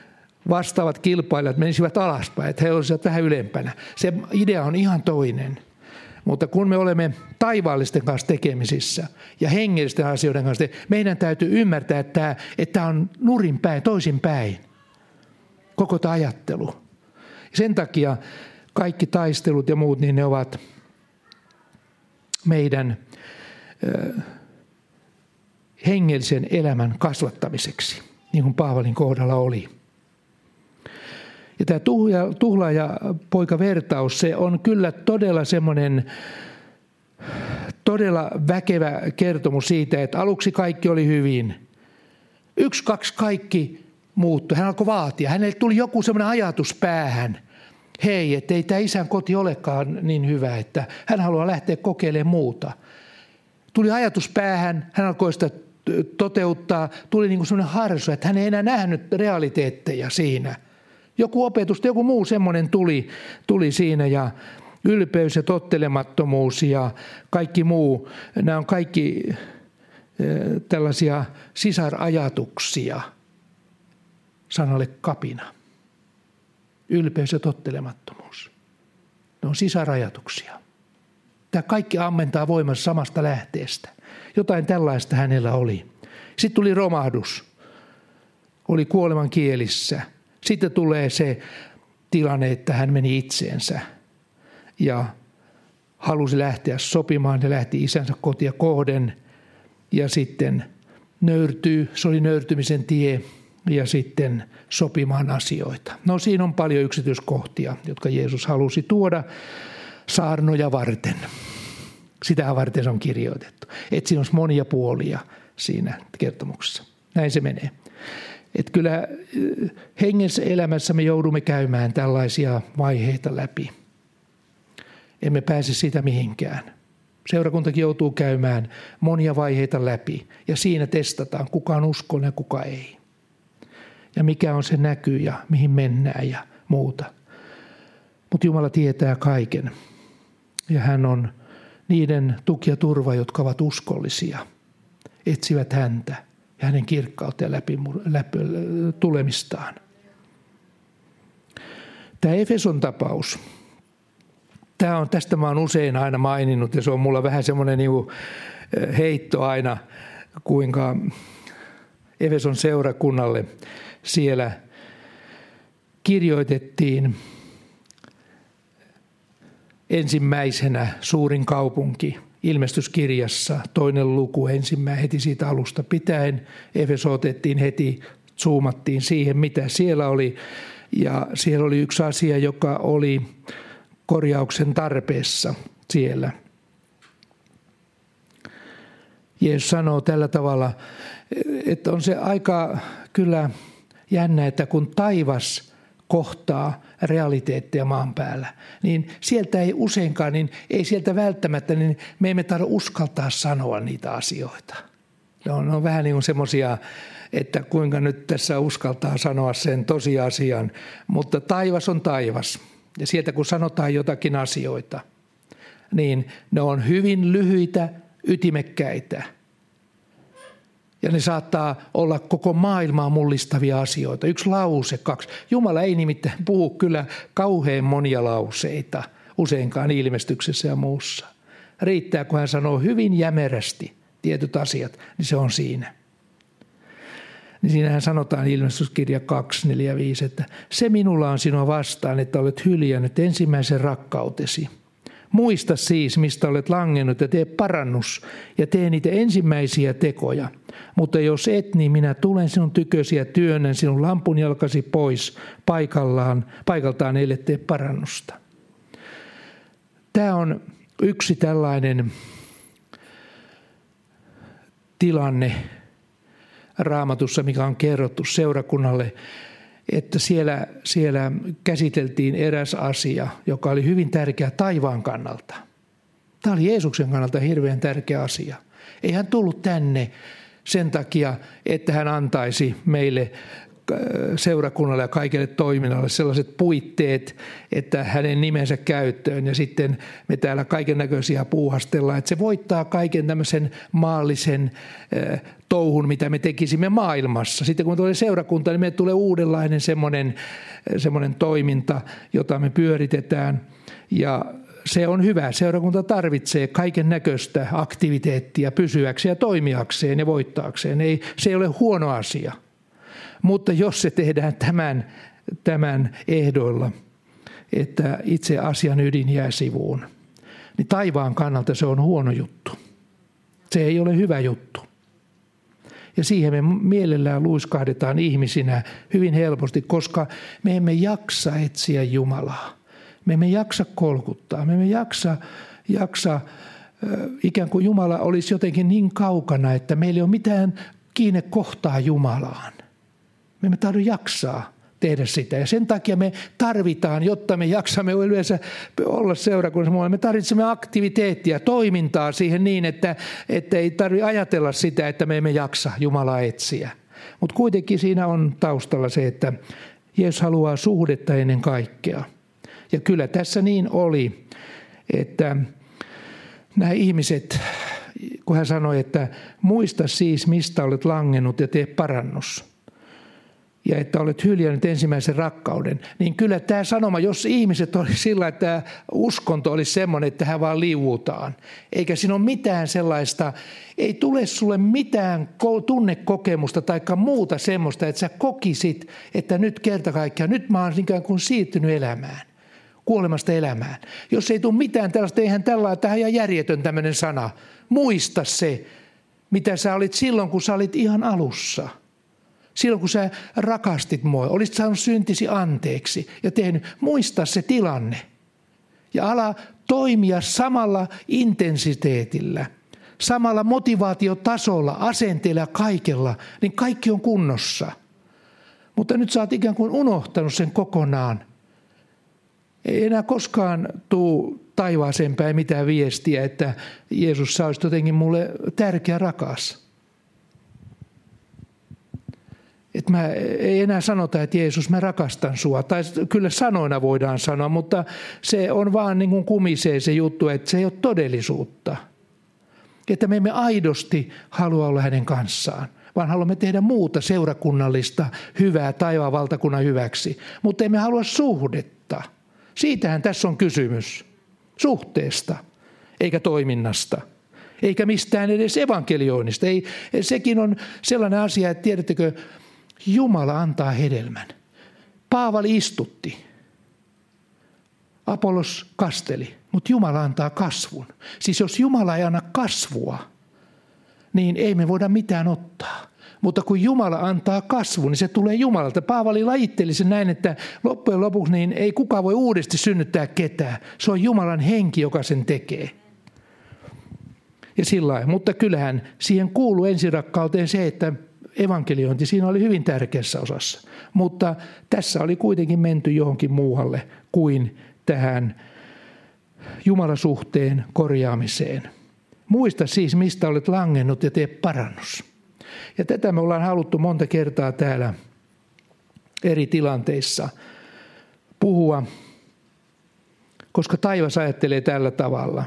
vastaavat kilpailijat menisivät alaspäin, että he olisivat vähän ylempänä. Se idea on ihan toinen. Mutta kun me olemme taivaallisten kanssa tekemisissä ja hengellisten asioiden kanssa, meidän täytyy ymmärtää, että tämä on nurinpäin, toisinpäin. Koko tämä ajattelu. Sen takia kaikki taistelut ja muut, niin ne ovat meidän hengellisen elämän kasvattamiseksi, niin kuin Paavalin kohdalla oli. Ja tämä tuhlaaja-poika-vertaus, se on kyllä todella semmoinen todella väkevä kertomus siitä, että aluksi kaikki oli hyvin. 1, 2 kaikki muuttui. Hän alkoi vaatia. Hänelle tuli joku semmoinen ajatus päähän. Hei, että ei tämä isän koti olekaan niin hyvä, että hän haluaa lähteä kokeilemaan muuta. Tuli ajatus päähän, hän alkoi sitä toteuttaa. Tuli niin kuin semmoinen harso, että hän ei enää nähnyt realiteetteja siinä. Joku opetus, joku muu semmoinen tuli siinä ja ylpeys ja tottelemattomuus ja kaikki muu. Nämä on kaikki tällaisia sisarajatuksia sanalle kapina. Ylpeys ja tottelemattomuus. Ne on sisarajatuksia. Tämä kaikki ammentaa voimassa samasta lähteestä. Jotain tällaista hänellä oli. Sitten tuli romahdus. Oli kuoleman kielissä. Sitten tulee se tilanne, että hän meni itseensä ja halusi lähteä sopimaan ja lähti isänsä kotia kohden ja sitten nöyrtyy, se oli nöyrtymisen tie ja sitten sopimaan asioita. No siinä on paljon yksityiskohtia, jotka Jeesus halusi tuoda saarnoja varten. Sitä varten se on kirjoitettu. Että siinä on monia puolia siinä kertomuksessa. Näin se menee. Että kyllä hengellisessä elämässä me joudumme käymään tällaisia vaiheita läpi. Emme pääse siitä mihinkään. Seurakuntakin joutuu käymään monia vaiheita läpi ja siinä testataan, kuka on uskollinen ja kuka ei. Ja mikä on se näky ja mihin mennään ja muuta. Mutta Jumala tietää kaiken ja hän on niiden tuki ja turva, jotka ovat uskollisia, etsivät häntä ja hänen kirkkautta ja läpi tulemistaan. Tämä Efeson tapaus, tästä mä oon usein aina maininnut ja se on mulla vähän semmoinen niinku heitto aina, kuinka Efeson seurakunnalle siellä kirjoitettiin ensimmäisenä suurin kaupunki ilmestyskirjassa, 2. luku heti siitä alusta pitäen. Efeso otettiin heti, zoomattiin siihen, mitä siellä oli. Ja siellä oli yksi asia, joka oli korjauksen tarpeessa siellä. Jeesus sanoo tällä tavalla, että on se aika kyllä jännä, että kun taivas kohtaa realiteetteja maan päällä, niin sieltä ei useinkaan, niin ei sieltä välttämättä, niin me emme tarvitse uskaltaa sanoa niitä asioita. Ne on vähän niin kuin semmoisia, että kuinka nyt tässä uskaltaa sanoa sen tosiasian, mutta taivas on taivas. Ja sieltä kun sanotaan jotakin asioita, niin ne on hyvin lyhyitä, ytimekkäitä. Ja ne saattaa olla koko maailmaa mullistavia asioita. 1 lause, 2. Jumala ei nimittäin puhu kyllä kauhean monia lauseita, useinkaan ilmestyksessä ja muussa. Riittää, kun hän sanoo hyvin jämerästi tietyt asiat, niin se on siinä. Niin siinähän sanotaan ilmestyskirja 2, 4 ja 5, että se minulla on sinua vastaan, että olet hyljännyt ensimmäisen rakkautesi. Muista siis, mistä olet langennut ja tee parannus ja tee niitä ensimmäisiä tekoja. Mutta jos et, niin minä tulen sinun tykösi ja työnnän sinun lampunjalkasi pois paikaltaan, ellei tee parannusta. Tämä on yksi tällainen tilanne Raamatussa, mikä on kerrottu seurakunnalle, että siellä käsiteltiin eräs asia, joka oli hyvin tärkeä taivaan kannalta. Tämä oli Jeesuksen kannalta hirveän tärkeä asia. Ei hän tullut tänne sen takia, että hän antaisi meille seurakunnalle ja kaikille toiminnalle sellaiset puitteet, että hänen nimensä käyttöön. Ja sitten me täällä kaiken näköisiä puuhastellaan, että se voittaa kaiken tämmöisen maallisen touhun, mitä me tekisimme maailmassa. Sitten kun tulee seurakunta, niin meille tulee uudenlainen semmoinen toiminta, jota me pyöritetään. Ja se on hyvä. Seurakunta tarvitsee kaiken näköistä aktiviteettia pysyäkseen ja toimijakseen ja voittaakseen. Se ei ole huono asia. Mutta jos se tehdään tämän ehdoilla, että itse asian ydin jää sivuun, niin taivaan kannalta se on huono juttu. Se ei ole hyvä juttu. Ja siihen me mielellään luiskahdetaan ihmisinä hyvin helposti, koska me emme jaksa etsiä Jumalaa. Me emme jaksa kolkuttaa, me emme jaksa ikään kuin Jumala olisi jotenkin niin kaukana, että meillä ei ole mitään kiinne kohtaa Jumalaan. Me emme tahdo jaksaa tehdä sitä ja sen takia me tarvitaan, jotta me jaksamme yleensä olla seurakunnassa, me tarvitsemme aktiviteettia, toimintaa siihen niin, että ei tarvitse ajatella sitä, että me emme jaksa Jumalaa etsiä. Mutta kuitenkin siinä on taustalla se, että Jeesus haluaa suhdetta ennen kaikkea. Ja kyllä tässä niin oli, että nämä ihmiset, kun hän sanoi, että muista siis, mistä olet langennut ja tee parannus. Ja että olet hyljännyt ensimmäisen rakkauden. Niin kyllä tämä sanoma, jos ihmiset oli sillä, että tämä uskonto olisi semmoinen, että hän vaan liuutaan. Eikä siinä ole mitään sellaista, ei tule sulle mitään tunnekokemusta tai muuta semmoista, että sä kokisit, että nyt kerta kaikkiaan, nyt mä oon ikään kuin siirtynyt elämään. Kuolemasta elämään. Jos ei tule mitään tällaista, eihän tähän ja järjetön tämmöinen sana. Muista se, mitä sä olit silloin, kun sä olit ihan alussa. Silloin, kun sä rakastit mua, olisit saanut syntisi anteeksi ja tehnyt. Muista se tilanne. Ja ala toimia samalla intensiteetillä, samalla motivaatiotasolla, asenteella ja kaikella, niin kaikki on kunnossa. Mutta nyt sä oot ikään kuin unohtanut sen kokonaan. Ei enää koskaan tule taivaaseen päin mitään viestiä, että Jeesus, sä olisit jotenkin mulle tärkeä, rakas. Että ei enää sanota, että Jeesus, mä rakastan sua. Tai kyllä sanoina voidaan sanoa, mutta se on vaan niin kuin kumisee se juttu, että se ei ole todellisuutta. Että me emme aidosti halua olla hänen kanssaan, vaan haluamme tehdä muuta seurakunnallista hyvää taivaan valtakunnan hyväksi. Mutta emme halua suhdetta. Siitähän tässä on kysymys. Suhteesta, eikä toiminnasta, eikä mistään edes evankelioinnista. Sekin on sellainen asia, että tiedättekö, Jumala antaa hedelmän. Paavali istutti. Apollos kasteli, mutta Jumala antaa kasvun. Siis jos Jumala ei anna kasvua, niin ei me voida mitään ottaa. Mutta kun Jumala antaa kasvun, niin se tulee Jumalalta. Paavali lajitteli sen näin, että loppujen lopuksi niin ei kukaan voi uudesti synnyttää ketään. Se on Jumalan henki, joka sen tekee. Ja sillä lailla. Mutta kyllähän siihen kuuluu ensirakkauteen se, että evankeliointi siinä oli hyvin tärkeässä osassa. Mutta tässä oli kuitenkin menty johonkin muualle kuin tähän Jumalasuhteen korjaamiseen. Muista siis, mistä olet langennut ja tee parannus. Ja tätä me ollaan haluttu monta kertaa täällä eri tilanteissa puhua, koska taivas ajattelee tällä tavalla.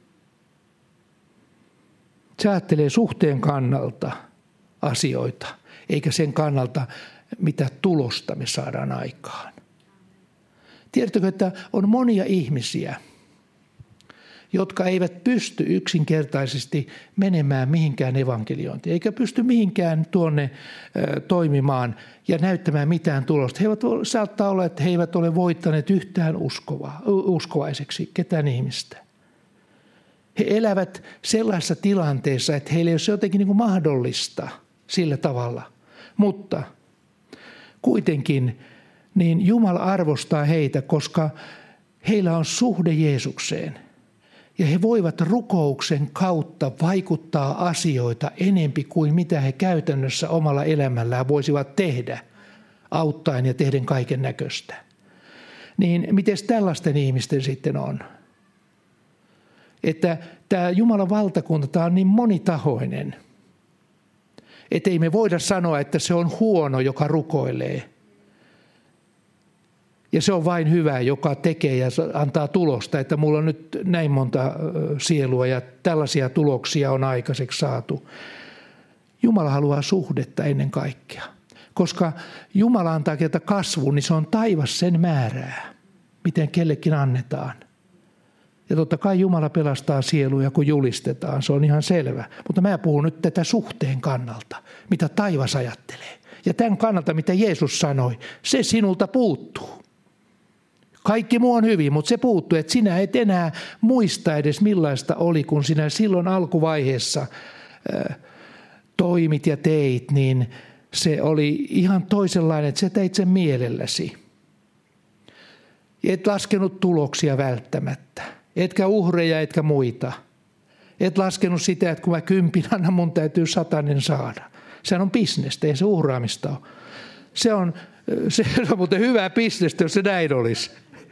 Se ajattelee suhteen kannalta asioita, eikä sen kannalta, mitä tulosta me saadaan aikaan. Tiedättekö, että on monia ihmisiä, jotka eivät pysty yksinkertaisesti menemään mihinkään evankeliointiin, eikä pysty mihinkään tuonne toimimaan ja näyttämään mitään tulosta. Saattaa olla, että he eivät ole voittaneet yhtään uskovaiseksi ketään ihmistä. He elävät sellaisessa tilanteessa, että heille ei ole jotenkin niin kuin mahdollista sillä tavalla. Mutta kuitenkin niin Jumala arvostaa heitä, koska heillä on suhde Jeesukseen. Ja he voivat rukouksen kautta vaikuttaa asioita enempi kuin mitä he käytännössä omalla elämällään voisivat tehdä, auttaen ja tehden kaiken näköistä. Niin miten tällaisten ihmisten sitten on? Että tämä Jumalan valtakunta, tämä on niin monitahoinen, Että ei me voida sanoa, että se on huono, joka rukoilee. Ja se on vain hyvä, joka tekee ja antaa tulosta, että mulla on nyt näin monta sielua ja tällaisia tuloksia on aikaiseksi saatu. Jumala haluaa suhdetta ennen kaikkea, koska Jumala antaa kerta kasvun, niin se on taivas sen määrää, miten kellekin annetaan. Ja totta kai Jumala pelastaa sieluja, kun julistetaan, se on ihan selvä. Mutta mä puhun nyt tätä suhteen kannalta, mitä taivas ajattelee. Ja tämän kannalta, mitä Jeesus sanoi, se sinulta puuttuu. Kaikki muu on hyvin, mutta se puuttuu, että sinä et enää muista edes millaista oli, kun sinä silloin alkuvaiheessa toimit ja teit, niin se oli ihan toisenlainen, että sä teit sen mielelläsi. Et laskenut tuloksia välttämättä, etkä uhreja, etkä muita. Et laskenut sitä, että kun mä 10 annan, mun täytyy 100 saada. Sehän on bisnestä, ei se uhraamista ole. Se on muuten hyvää bisnestä, jos se näin olisi.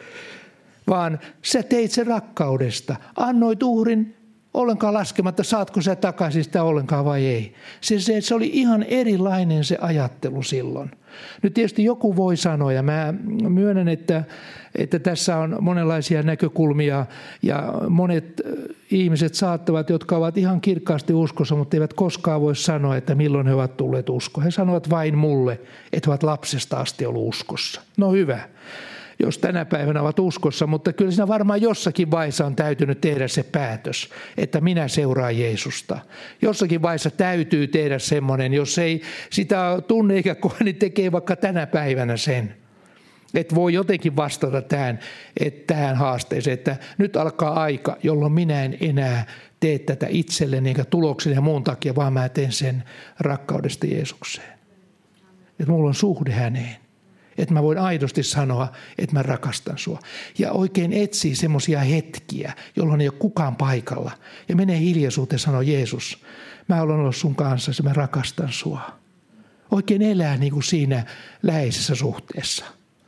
Vaan sä teit sen rakkaudesta. Annoit uhrin ollenkaan laskematta, saatko sä takaisin sitä ollenkaan vai ei. Se oli ihan erilainen se ajattelu silloin. Nyt tietysti joku voi sanoa, ja mä myönnän, että tässä on monenlaisia näkökulmia, ja monet ihmiset saattavat, jotka ovat ihan kirkkaasti uskossa, mutta eivät koskaan voi sanoa, että milloin he ovat tulleet uskoon. He sanovat vain mulle, että he ovat lapsesta asti ollut uskossa. No hyvä, jos tänä päivänä ovat uskossa, mutta kyllä siinä varmaan jossakin vaiheessa on täytynyt tehdä se päätös, että minä seuraan Jeesusta. Jossakin vaiheessa täytyy tehdä semmoinen, jos ei sitä tunne eikä koe, niin tekee vaikka tänä päivänä sen. Että voi jotenkin vastata tähän haasteeseen, että nyt alkaa aika, jolloin minä en enää tee tätä itselleni eikä tuloksen ja muun takia, vaan mä teen sen rakkaudesta Jeesukseen. Että mulla on suhde häneen. Että mä voin aidosti sanoa, että mä rakastan sua. Ja oikein etsii semmoisia hetkiä, jolloin ei ole kukaan paikalla. Ja menee hiljaisuuteen ja sanoo, Jeesus, mä olen ollut sun kanssa ja mä rakastan sua. Oikein elää niin kuin siinä läheisessä suhteessa.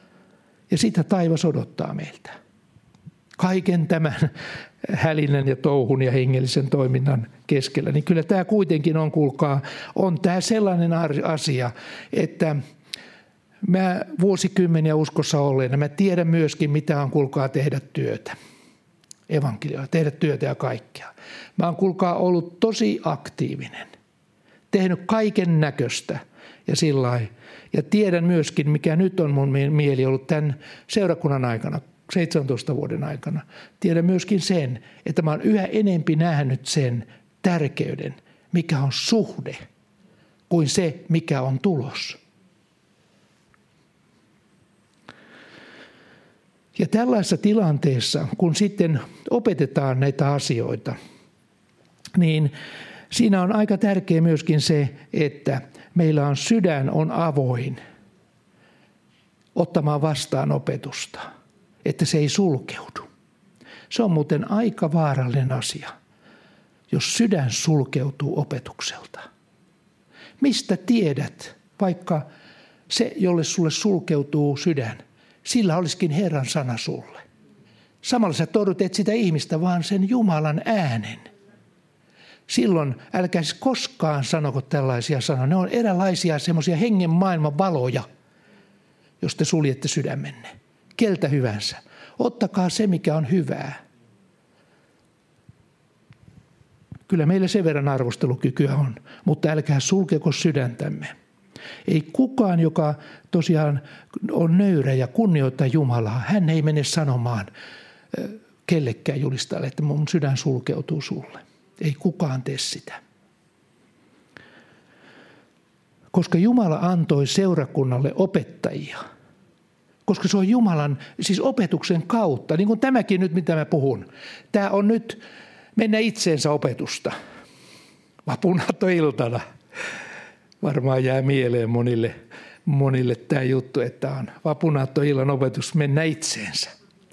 Ja sitä taivas odottaa meiltä. Kaiken tämän hälinän ja touhun ja hengellisen toiminnan keskellä. Niin kyllä tämä kuitenkin on, kuulkaa, on tämä sellainen asia, että mä vuosikymmeniä uskossa olleena, mä tiedän myöskin, mitä on, kuulkaa, tehdä työtä. Evankelioa, tehdä työtä ja kaikkea. Mä oon, kuulkaa, ollut tosi aktiivinen. Tehnyt kaiken näköistä ja sillä lailla. Ja tiedän myöskin, mikä nyt on mun mieli ollut tämän seurakunnan aikana, 17 vuoden aikana. Tiedän myöskin sen, että mä oon yhä enempi nähnyt sen tärkeyden, mikä on suhde, kuin se, mikä on tulos. Ja tällaisessa tilanteessa, kun sitten opetetaan näitä asioita, niin siinä on aika tärkeä myöskin se, että meillä on sydän on avoin ottamaan vastaan opetusta, että se ei sulkeudu. Se on muuten aika vaarallinen asia, jos sydän sulkeutuu opetukselta. Mistä tiedät, vaikka se, jolle sulle sulkeutuu sydän, sillä olisikin Herran sana sulle. Samalla sä torjut et sitä ihmistä, vaan sen Jumalan äänen. Silloin älkää siis koskaan sanoko tällaisia sanoja. Ne on eräänlaisia semmoisia hengen maailman valoja, jos te suljette sydämenne. Keltä hyvänsä. Ottakaa se, mikä on hyvää. Kyllä meillä sen verran arvostelukykyä on, mutta älkää sulkeko sydäntämme. Ei kukaan, joka tosiaan on nöyrä ja kunnioittaa Jumalaa, hän ei mene sanomaan kellekään julistajalle, että mun sydän sulkeutuu sulle. Ei kukaan tee sitä. Koska Jumala antoi seurakunnalle opettajia. Koska se on Jumalan, siis opetuksen kautta, niin kuin tämäkin nyt, mitä mä puhun. Tämä on nyt mennä itseensä opetusta. Vapunaattoiltana. Varmaan jää mieleen monille tämä juttu, että on vapunaattoillan opetus mennä itseensä.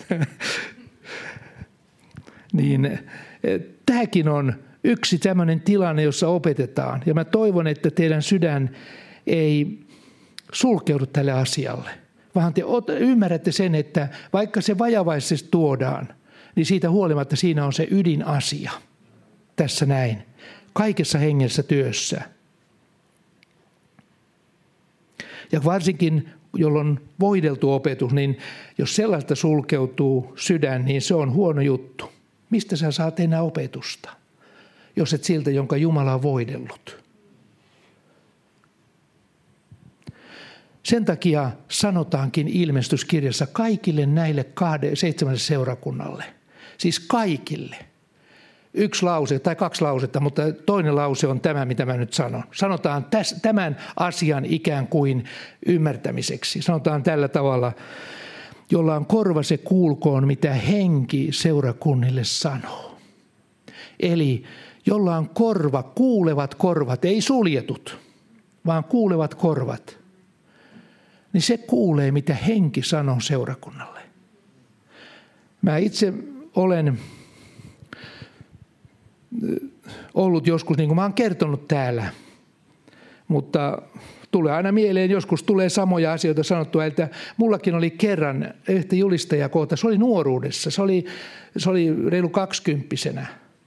Niin tämäkin on yksi tämmöinen tilanne, jossa opetetaan. Ja mä toivon, että teidän sydän ei sulkeudu tälle asialle. Vaan te ymmärrätte sen, että vaikka se vajavaisesti tuodaan, niin siitä huolimatta siinä on se ydinasia. Tässä näin. Kaikessa hengellisessä työssä. Ja varsinkin, jolloin voideltu opetus, niin jos sellaista sulkeutuu sydän, niin se on huono juttu. Mistä sä saat enää opetusta, jos et siltä, jonka Jumala on voidellut? Sen takia sanotaankin ilmestyskirjassa kaikille näille 7 seurakunnalle, siis kaikille. 1 lause tai 2 lausetta, mutta toinen lause on tämä, mitä mä nyt sanon. Sanotaan tämän asian ikään kuin ymmärtämiseksi. Sanotaan tällä tavalla, jolla on korva se kuulkoon, mitä henki seurakunnille sanoo. Eli jolla on korva, kuulevat korvat, ei suljetut, vaan kuulevat korvat. Niin se kuulee, mitä henki sanoo seurakunnalle. Mä itse olen ollut joskus, niin kuin mä oon kertonut täällä, mutta tulee aina mieleen, joskus tulee samoja asioita sanottua, että mullakin oli kerran yhtä julistajakohta, se oli nuoruudessa, se oli reilu 20-vuotiaana.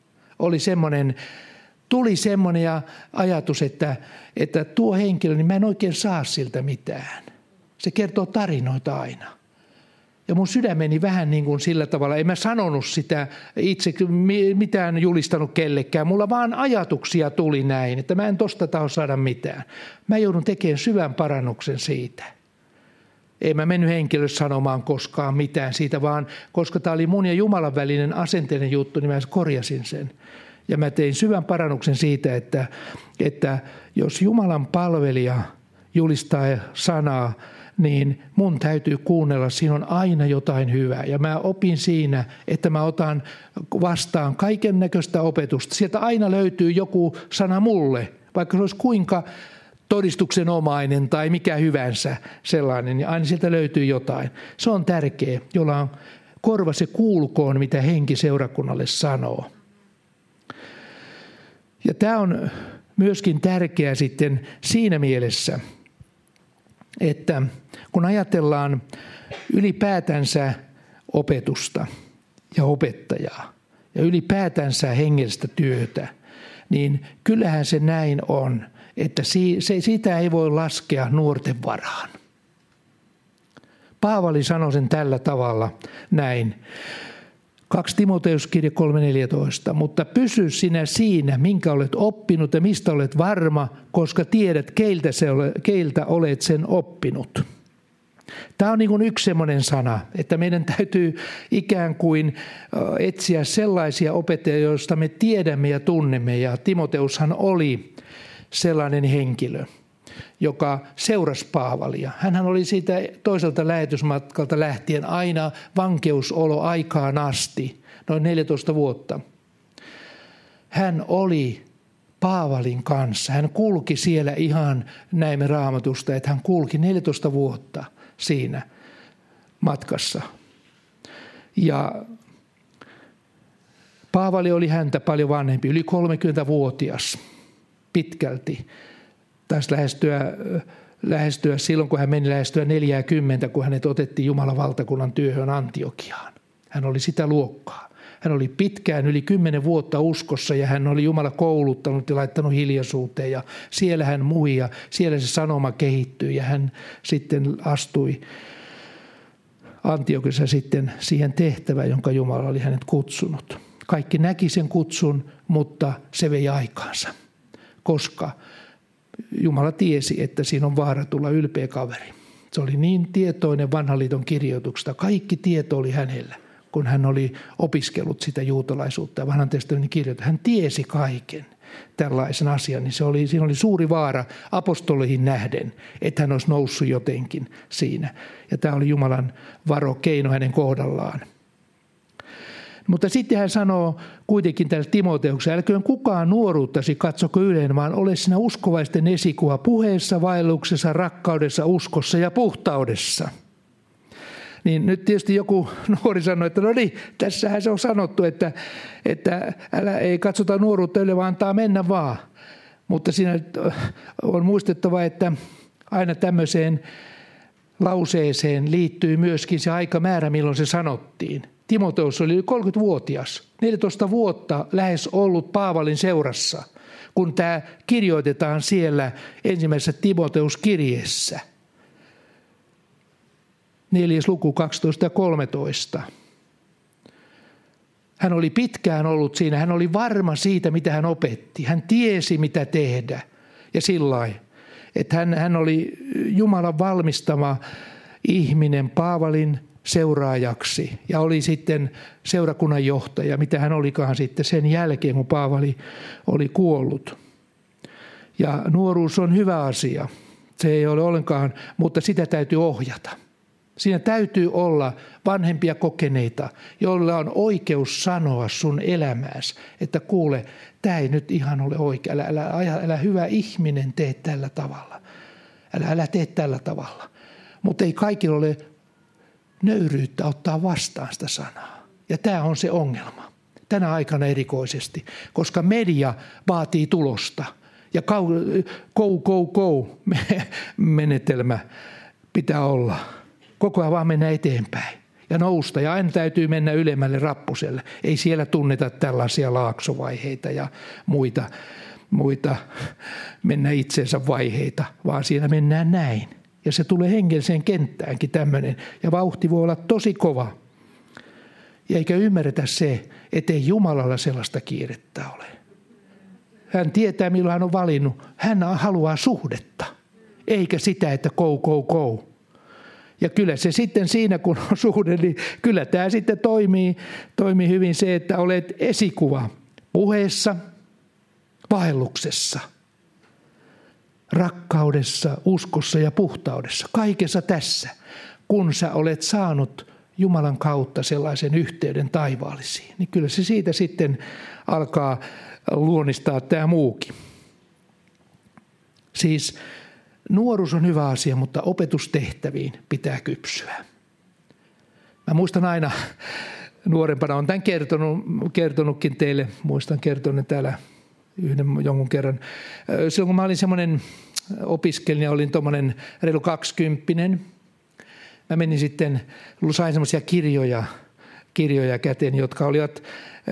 Tuli semmoinen ajatus, että tuo henkilö, niin mä en oikein saa siltä mitään. Se kertoo tarinoita aina. Ja mun sydämeni vähän niin kuin sillä tavalla, en mä sanonut sitä itse mitään julistanut kellekään. Mulla vaan ajatuksia tuli näin, että mä en tosta taho saada mitään. Mä joudun tekemään syvän parannuksen siitä. Ei mä mennyt henkilölle sanomaan koskaan mitään siitä, vaan koska tämä oli mun ja Jumalan välinen asenteinen juttu, niin mä korjasin sen. Ja mä tein syvän parannuksen siitä, että jos Jumalan palvelija julistaa sanaa, niin mun täytyy kuunnella, siinä on aina jotain hyvää. Ja mä opin siinä, että mä otan vastaan kaiken näköistä opetusta. Sieltä aina löytyy joku sana mulle, vaikka se olisi kuinka todistuksenomainen tai mikä hyvänsä sellainen, niin aina sieltä löytyy jotain. Se on tärkeä, jolla on korva se kuulkoon, mitä henki seurakunnalle sanoo. Ja tämä on myöskin tärkeää sitten siinä mielessä, että kun ajatellaan ylipäätänsä opetusta ja opettajaa ja ylipäätänsä hengellistä työtä, niin kyllähän se näin on, että sitä ei voi laskea nuorten varaan. Paavali sanoi sen tällä tavalla näin. 2 Timoteuskirja 3.14. Mutta pysy sinä siinä, minkä olet oppinut ja mistä olet varma, koska tiedät, keiltä olet sen oppinut. Tämä on niin kuin yksi semmoinen sana, että meidän täytyy ikään kuin etsiä sellaisia opettajia, joista me tiedämme ja tunnemme. Ja Timoteushan oli sellainen henkilö, joka seurasi Paavalia. Hänhän oli siitä toiselta lähetysmatkalta lähtien aina vankeusolo aikaan asti, noin 14 vuotta. Hän oli Paavalin kanssa. Hän kulki siellä ihan, näimme Raamatusta, että hän kulki 14 vuotta siinä matkassa. Ja Paavali oli häntä paljon vanhempi, yli 30-vuotias pitkälti. Taisi lähestyä silloin, kun hän meni lähestyä 40, kun hänet otettiin Jumalan valtakunnan työhön Antiokiaan. Hän oli sitä luokkaa. Hän oli pitkään yli 10 vuotta uskossa ja hän oli Jumala kouluttanut ja laittanut hiljaisuuteen. Ja siellä hän mui ja siellä se sanoma kehittyi ja hän sitten astui Antiokiassa sitten siihen tehtävään, jonka Jumala oli hänet kutsunut. Kaikki näki sen kutsun, mutta se vei aikaansa, koska Jumala tiesi, että siinä on vaara tulla ylpeä kaveri. Se oli niin tietoinen vanhan liiton kirjoituksesta. Kaikki tieto oli hänellä, kun hän oli opiskellut sitä juutalaisuutta ja vanhan testamentin kirjoitusta. Hän tiesi kaiken tällaisen asian, niin siinä oli suuri vaara apostoleihin nähden, että hän olisi noussut jotenkin siinä. Ja tämä oli Jumalan varokeino hänen kohdallaan. Mutta sitten hän sanoo kuitenkin tälle Timoteukselle, älköön kukaan nuoruuttasi katsoko yleen, vaan ole sinä uskovaisten esikuva puheessa, vaelluksessa, rakkaudessa, uskossa ja puhtaudessa. Niin nyt tietysti joku nuori sanoi, että no niin, tässähän se on sanottu, että ei katsota nuoruutta yle, vaan antaa mennä vaan. Mutta siinä on muistettava, että aina tämmöiseen lauseeseen liittyy myöskin se aikamäärä, milloin se sanottiin. Timoteus oli 30-vuotias, 14 vuotta lähes ollut Paavalin seurassa, kun tämä kirjoitetaan siellä ensimmäisessä Timoteuskirjeessä. 4. luku 12 ja 13. Hän oli pitkään ollut siinä. Hän oli varma siitä, mitä hän opetti. Hän tiesi, mitä tehdä. Ja sillain, että hän oli Jumalan valmistama ihminen Paavalin seuraajaksi. Ja oli sitten seurakunnan johtaja, mitä hän olikaan sitten sen jälkeen, kun Paavali oli kuollut. Ja nuoruus on hyvä asia. Se ei ole ollenkaan, mutta sitä täytyy ohjata. Siinä täytyy olla vanhempia kokeneita, joilla on oikeus sanoa sun elämääsi, että kuule, tämä ei nyt ihan ole oikein. Älä hyvä ihminen tee tällä tavalla. Älä tee tällä tavalla. Mutta ei kaikilla ole nöyryyttä ottaa vastaan sitä sanaa. Ja tämä on se ongelma. Tänä aikana erikoisesti, koska media vaatii tulosta. Ja menetelmä pitää olla. Koko ajan vaan mennä eteenpäin ja nousta. Ja aina täytyy mennä ylemmälle rappuselle. Ei siellä tunneta tällaisia laaksovaiheita ja muita mennä itsensä vaiheita, vaan siellä mennään näin. Ja se tulee hengelliseen kenttäänkin tämmöinen. Ja vauhti voi olla tosi kova. Ja eikä ymmärretä se, ettei Jumalalla sellaista kiirettä ole. Hän tietää, milloin hän on valinnut. Hän haluaa suhdetta, eikä sitä, että go. Ja kyllä se sitten siinä, kun on suhde, niin kyllä tämä sitten toimii hyvin se, että olet esikuva puheessa, vaelluksessa, rakkaudessa, uskossa ja puhtaudessa. Kaikessa tässä, kun sä olet saanut Jumalan kautta sellaisen yhteyden taivaallisiin, niin kyllä se siitä sitten alkaa luonnistaa tämä muukin. Siis nuoruus on hyvä asia, mutta opetustehtäviin pitää kypsyä. Mä muistan aina nuorempana, olen tämän kertonutkin teille, muistan kertonut täällä jonkun kerran. Silloin kun mä olin semmoinen opiskelija, olin tuommoinen reilu 20. Mä menin sitten, sain semmoisia kirjoja käteen, jotka olivat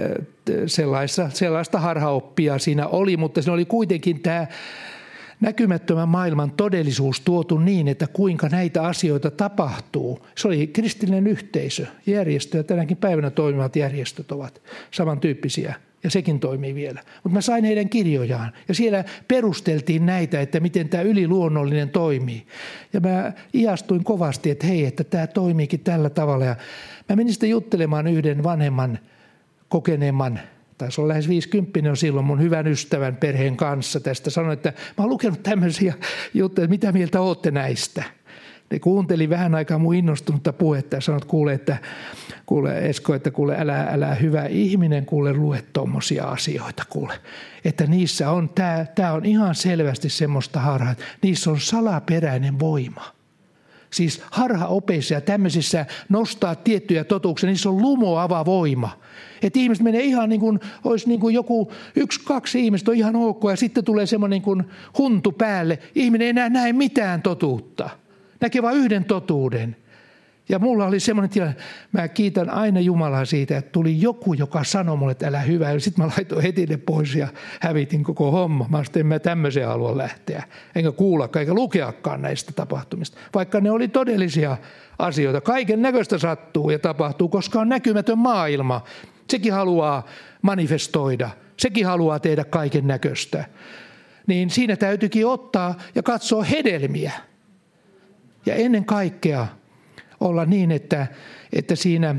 sellaista harhaoppia siinä oli, mutta siinä oli kuitenkin tämä näkymättömän maailman todellisuus tuotu niin, että kuinka näitä asioita tapahtuu. Se oli kristillinen yhteisö, järjestö, ja tänäkin päivänä toimivat järjestöt ovat samantyyppisiä, ja sekin toimii vielä. Mutta mä sain heidän kirjojaan, ja siellä perusteltiin näitä, että miten tämä yliluonnollinen toimii. Ja mä ihastuin kovasti, että hei, että tämä toimiikin tällä tavalla. Ja mä menin sitten juttelemaan yhden vanhemman, kokeneemman, taisi olla lähes 50 on silloin mun hyvän ystävän perheen kanssa tästä. Sanoin, että mä oon lukenut tämmöisiä juttuja, että mitä mieltä ootte näistä. Ne kuunteli vähän aikaa mun innostunutta puhetta ja sanoi, että kuule Esko, että kuule älä hyvä ihminen, kuule lue tommosia asioita, kuule. Että niissä on, tää on ihan selvästi semmoista harhaa, että niissä on salaperäinen voima. Siis harhaopeissa ja tämmöisissä nostaa tiettyjä totuuksia, niissä on lumoava voima. Että ihmiset menee ihan niin kuin, olisi niin kuin joku 1-2 ihmistä on ihan ok ja sitten tulee semmoinen niin kuin huntu päälle. Ihminen ei enää näe mitään totuutta. Näkee vain yhden totuuden. Ja mulla oli semmoinen tilanne, mä kiitän aina Jumalaa siitä, että tuli joku, joka sanoi mulle, että älä hyvä. Ja sitten mä laitoin heti ne pois ja hävitin koko homma. Mä sanoin, en mä tämmöiseen halua lähteä. Enkä kuullakaan, eikä lukeakaan näistä tapahtumista. Vaikka ne oli todellisia asioita. Kaiken näköistä sattuu ja tapahtuu, koska on näkymätön maailma. Sekin haluaa manifestoida. Sekin haluaa tehdä kaiken näköistä. Niin siinä täytyykin ottaa ja katsoa hedelmiä. Ja ennen kaikkea olla niin, että siinä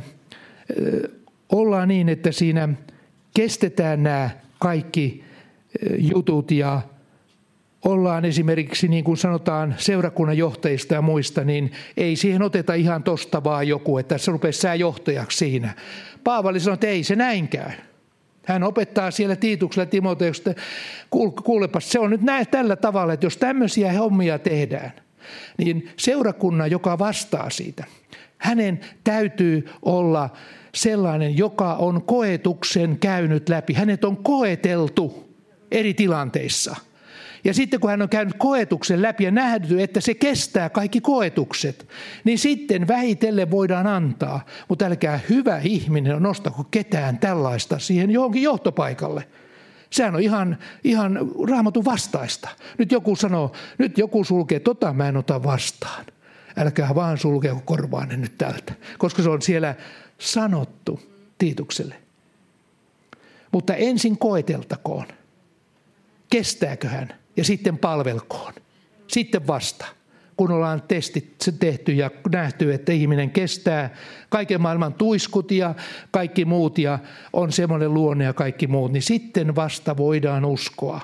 ollaan niin, että siinä kestetään nämä kaikki jutut ja ollaan esimerkiksi niin kuin sanotaan seurakunnan johtajista ja muista, niin ei siihen oteta ihan tosta vaan joku, että se rupeaa sä johtajaksi siinä. Paavali sanoi, että ei se näin käy. Hän opettaa siellä Tiituksella Timoteuksesta, kuulepas se on nyt tällä tavalla, että jos tämmöisiä hommia tehdään, niin seurakunnan, joka vastaa siitä, hänen täytyy olla sellainen, joka on koetuksen käynyt läpi. Hänet on koeteltu eri tilanteissa. Ja sitten kun hän on käynyt koetuksen läpi ja nähty, että se kestää kaikki koetukset, niin sitten vähitellen voidaan antaa. Mutta älkää hyvä ihminen nostako ketään tällaista siihen johonkin johtopaikalle. Sehän on ihan Raamatun vastaista. Nyt joku sanoo, nyt joku sulkee, mä en ota vastaan. älkää vaan sulkeko korvaanne nyt tältä, koska se on siellä sanottu Tiitukselle. Mutta ensin koeteltakoon, kestääkö hän, ja sitten palvelkoon. Sitten vasta, kun ollaan testit tehty ja nähty, että ihminen kestää kaiken maailman tuiskut ja kaikki muut ja on semmoinen luonne ja kaikki muut, niin sitten vasta voidaan uskoa.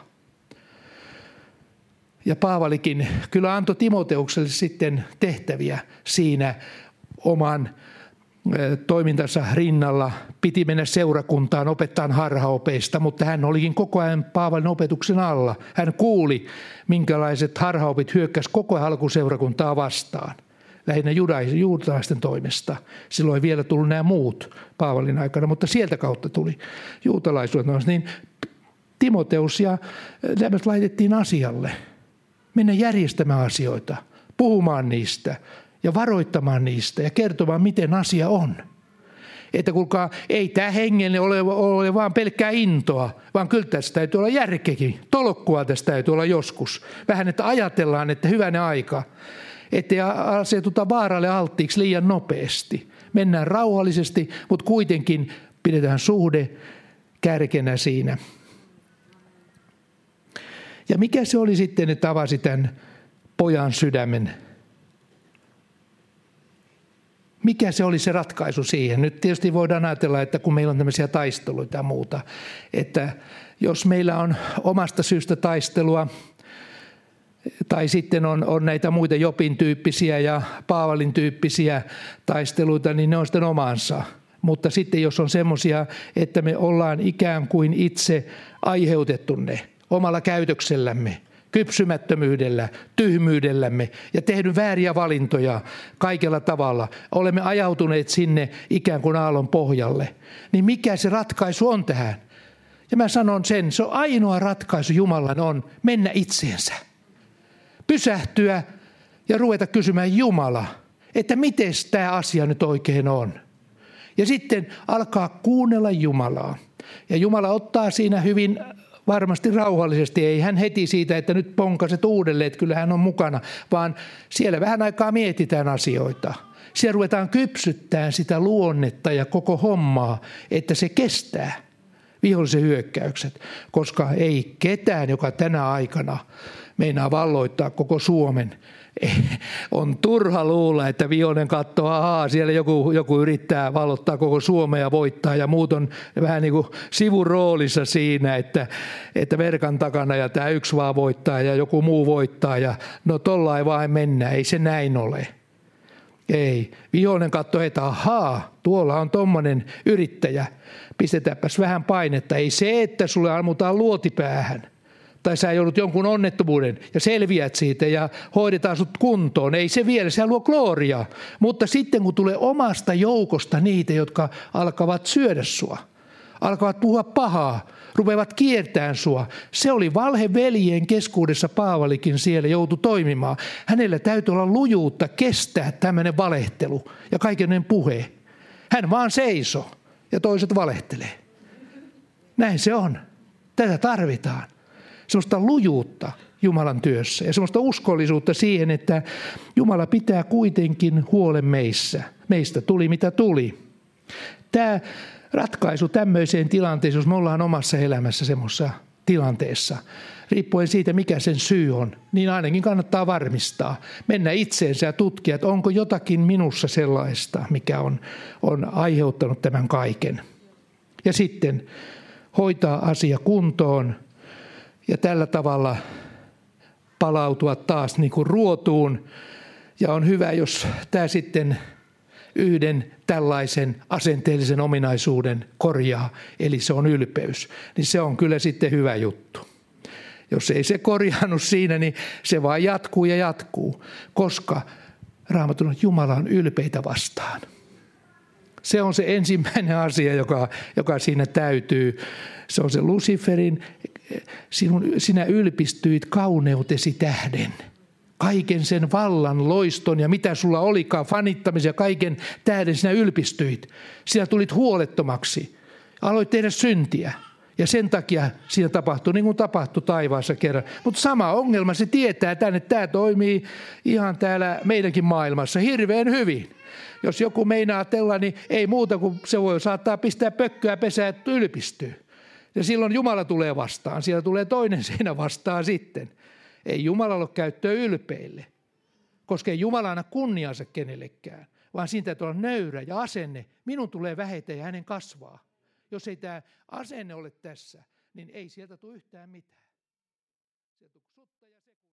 Ja Paavalikin kyllä antoi Timoteukselle sitten tehtäviä siinä oman toimintansa rinnalla. Piti mennä seurakuntaan opettaa harhaopeista, mutta hän olikin koko ajan Paavalin opetuksen alla. Hän kuuli, minkälaiset harhaopit hyökkäsivät koko ajan alkuseurakuntaa vastaan. Lähinnä juutalaisten toimesta. Silloin ei vielä tullut nämä muut Paavalin aikana, mutta sieltä kautta tuli juutalaisuus. Niin Timoteus ja nämä laitettiin asialle. Mennä järjestämään asioita, puhumaan niistä ja varoittamaan niistä ja kertomaan, miten asia on. Että kuulkaa, ei tämä hengellinen ole vaan pelkkää intoa, vaan kyllä tästä täytyy olla järkekin. Tolkkua tästä täytyy olla joskus. Vähän, että ajatellaan, että hyvänen aika. Ettei asetuta vaaralle alttiiksi liian nopeasti. Mennään rauhallisesti, mutta kuitenkin pidetään suhde kärkenä siinä. Ja mikä se oli sitten, että avasi tämän pojan sydämen? Mikä se oli se ratkaisu siihen? Nyt tietysti voidaan ajatella, että kun meillä on tämmöisiä taisteluita ja muuta, että jos meillä on omasta syystä taistelua, tai sitten on näitä muita Jobin tyyppisiä ja Paavalin tyyppisiä taisteluita, niin ne on sitten omansa. Mutta sitten jos on semmoisia, että me ollaan ikään kuin itse aiheutettu ne omalla käytöksellämme, kypsymättömyydellä, tyhmyydellämme ja tehnyt vääriä valintoja kaikella tavalla. Olemme ajautuneet sinne ikään kuin aallon pohjalle. Niin mikä se ratkaisu on tähän? Ja mä sanon sen, se on ainoa ratkaisu Jumalan on mennä itseensä. Pysähtyä ja ruveta kysymään Jumala, että miten tämä asia nyt oikein on. Ja sitten alkaa kuunnella Jumalaa. Ja Jumala ottaa siinä hyvin varmasti rauhallisesti. Ei hän heti siitä, että nyt ponkaset uudelleen, että kyllä hän on mukana, vaan siellä vähän aikaa mietitään asioita. Siellä ruvetaan kypsyttämään sitä luonnetta ja koko hommaa, että se kestää vihollisen hyökkäykset, koska ei ketään, joka tänä aikana meinaa valloittaa koko Suomen. On turha luulla, että vihollinen katsoo, siellä joku yrittää vallottaa koko Suomea ja voittaa ja muut on vähän niin kuin sivuroolissa siinä, että verkan takana ja tämä yksi vaan voittaa ja joku muu voittaa ja no tolla ei vaan mennä, ei se näin ole. Ei, vihollinen katsoo, että tuolla on tommonen yrittäjä, pistetäänpäs vähän painetta. Ei se, että sulle ammutaan luotipäähän. Tai sä joudut jonkun onnettomuuden ja selviät siitä ja hoidetaan sut kuntoon. Ei se vielä, se luo gloriaa. Mutta sitten kun tulee omasta joukosta niitä, jotka alkavat syödä sua, alkavat puhua pahaa, rupeavat kiertämään sua. Se oli valheveljien keskuudessa Paavalikin siellä joutui toimimaan. Hänellä täytyy olla lujuutta kestää tämmöinen valehtelu ja kaiken puhe. Hän vaan seisoo ja toiset valehtelee. Näin se on. Tätä tarvitaan. Semmoista lujuutta Jumalan työssä ja semmoista uskollisuutta siihen, että Jumala pitää kuitenkin huolen meissä. Meistä tuli mitä tuli. Tämä ratkaisu tämmöiseen tilanteeseen, jos me ollaan omassa elämässä semmoisessa tilanteessa, riippuen siitä mikä sen syy on, niin ainakin kannattaa varmistaa. Mennä itseensä ja tutkia, että onko jotakin minussa sellaista, mikä on aiheuttanut tämän kaiken. Ja sitten hoitaa asia kuntoon. Ja tällä tavalla palautua taas niin kuin ruotuun. Ja on hyvä, jos tämä sitten yhden tällaisen asenteellisen ominaisuuden korjaa, eli se on ylpeys. Niin se on kyllä sitten hyvä juttu. Jos ei se korjaannut siinä, niin se vaan jatkuu ja jatkuu. Koska Raamatun Jumala on ylpeitä vastaan. Se on se ensimmäinen asia, joka siinä täytyy. Se on se Luciferin, sinä ylpistyit kauneutesi tähden. Kaiken sen vallan, loiston ja mitä sulla olikaan, fanittamisen ja kaiken tähden sinä ylpistyit. Sinä tulit huolettomaksi. Aloit tehdä syntiä Ja sen takia siinä tapahtui niin kuin tapahtui taivaassa kerran. Mutta sama ongelma, se tietää tänne, että tämä toimii ihan täällä meidänkin maailmassa hirveän hyvin. Jos joku meinaa ajatella, niin ei muuta kuin se voi saattaa pistää pökköä pesää, että ylpistyy. Ja silloin Jumala tulee vastaan. Siellä tulee toinen siinä vastaan sitten. Ei Jumalalla ole käyttöä ylpeille, koska ei Jumala anna kunniansa kenellekään, vaan siinä täytyy olla nöyrä ja asenne. Minun tulee vähetä ja hänen kasvaa. Jos ei tämä asenne ole tässä, niin ei sieltä tule yhtään mitään.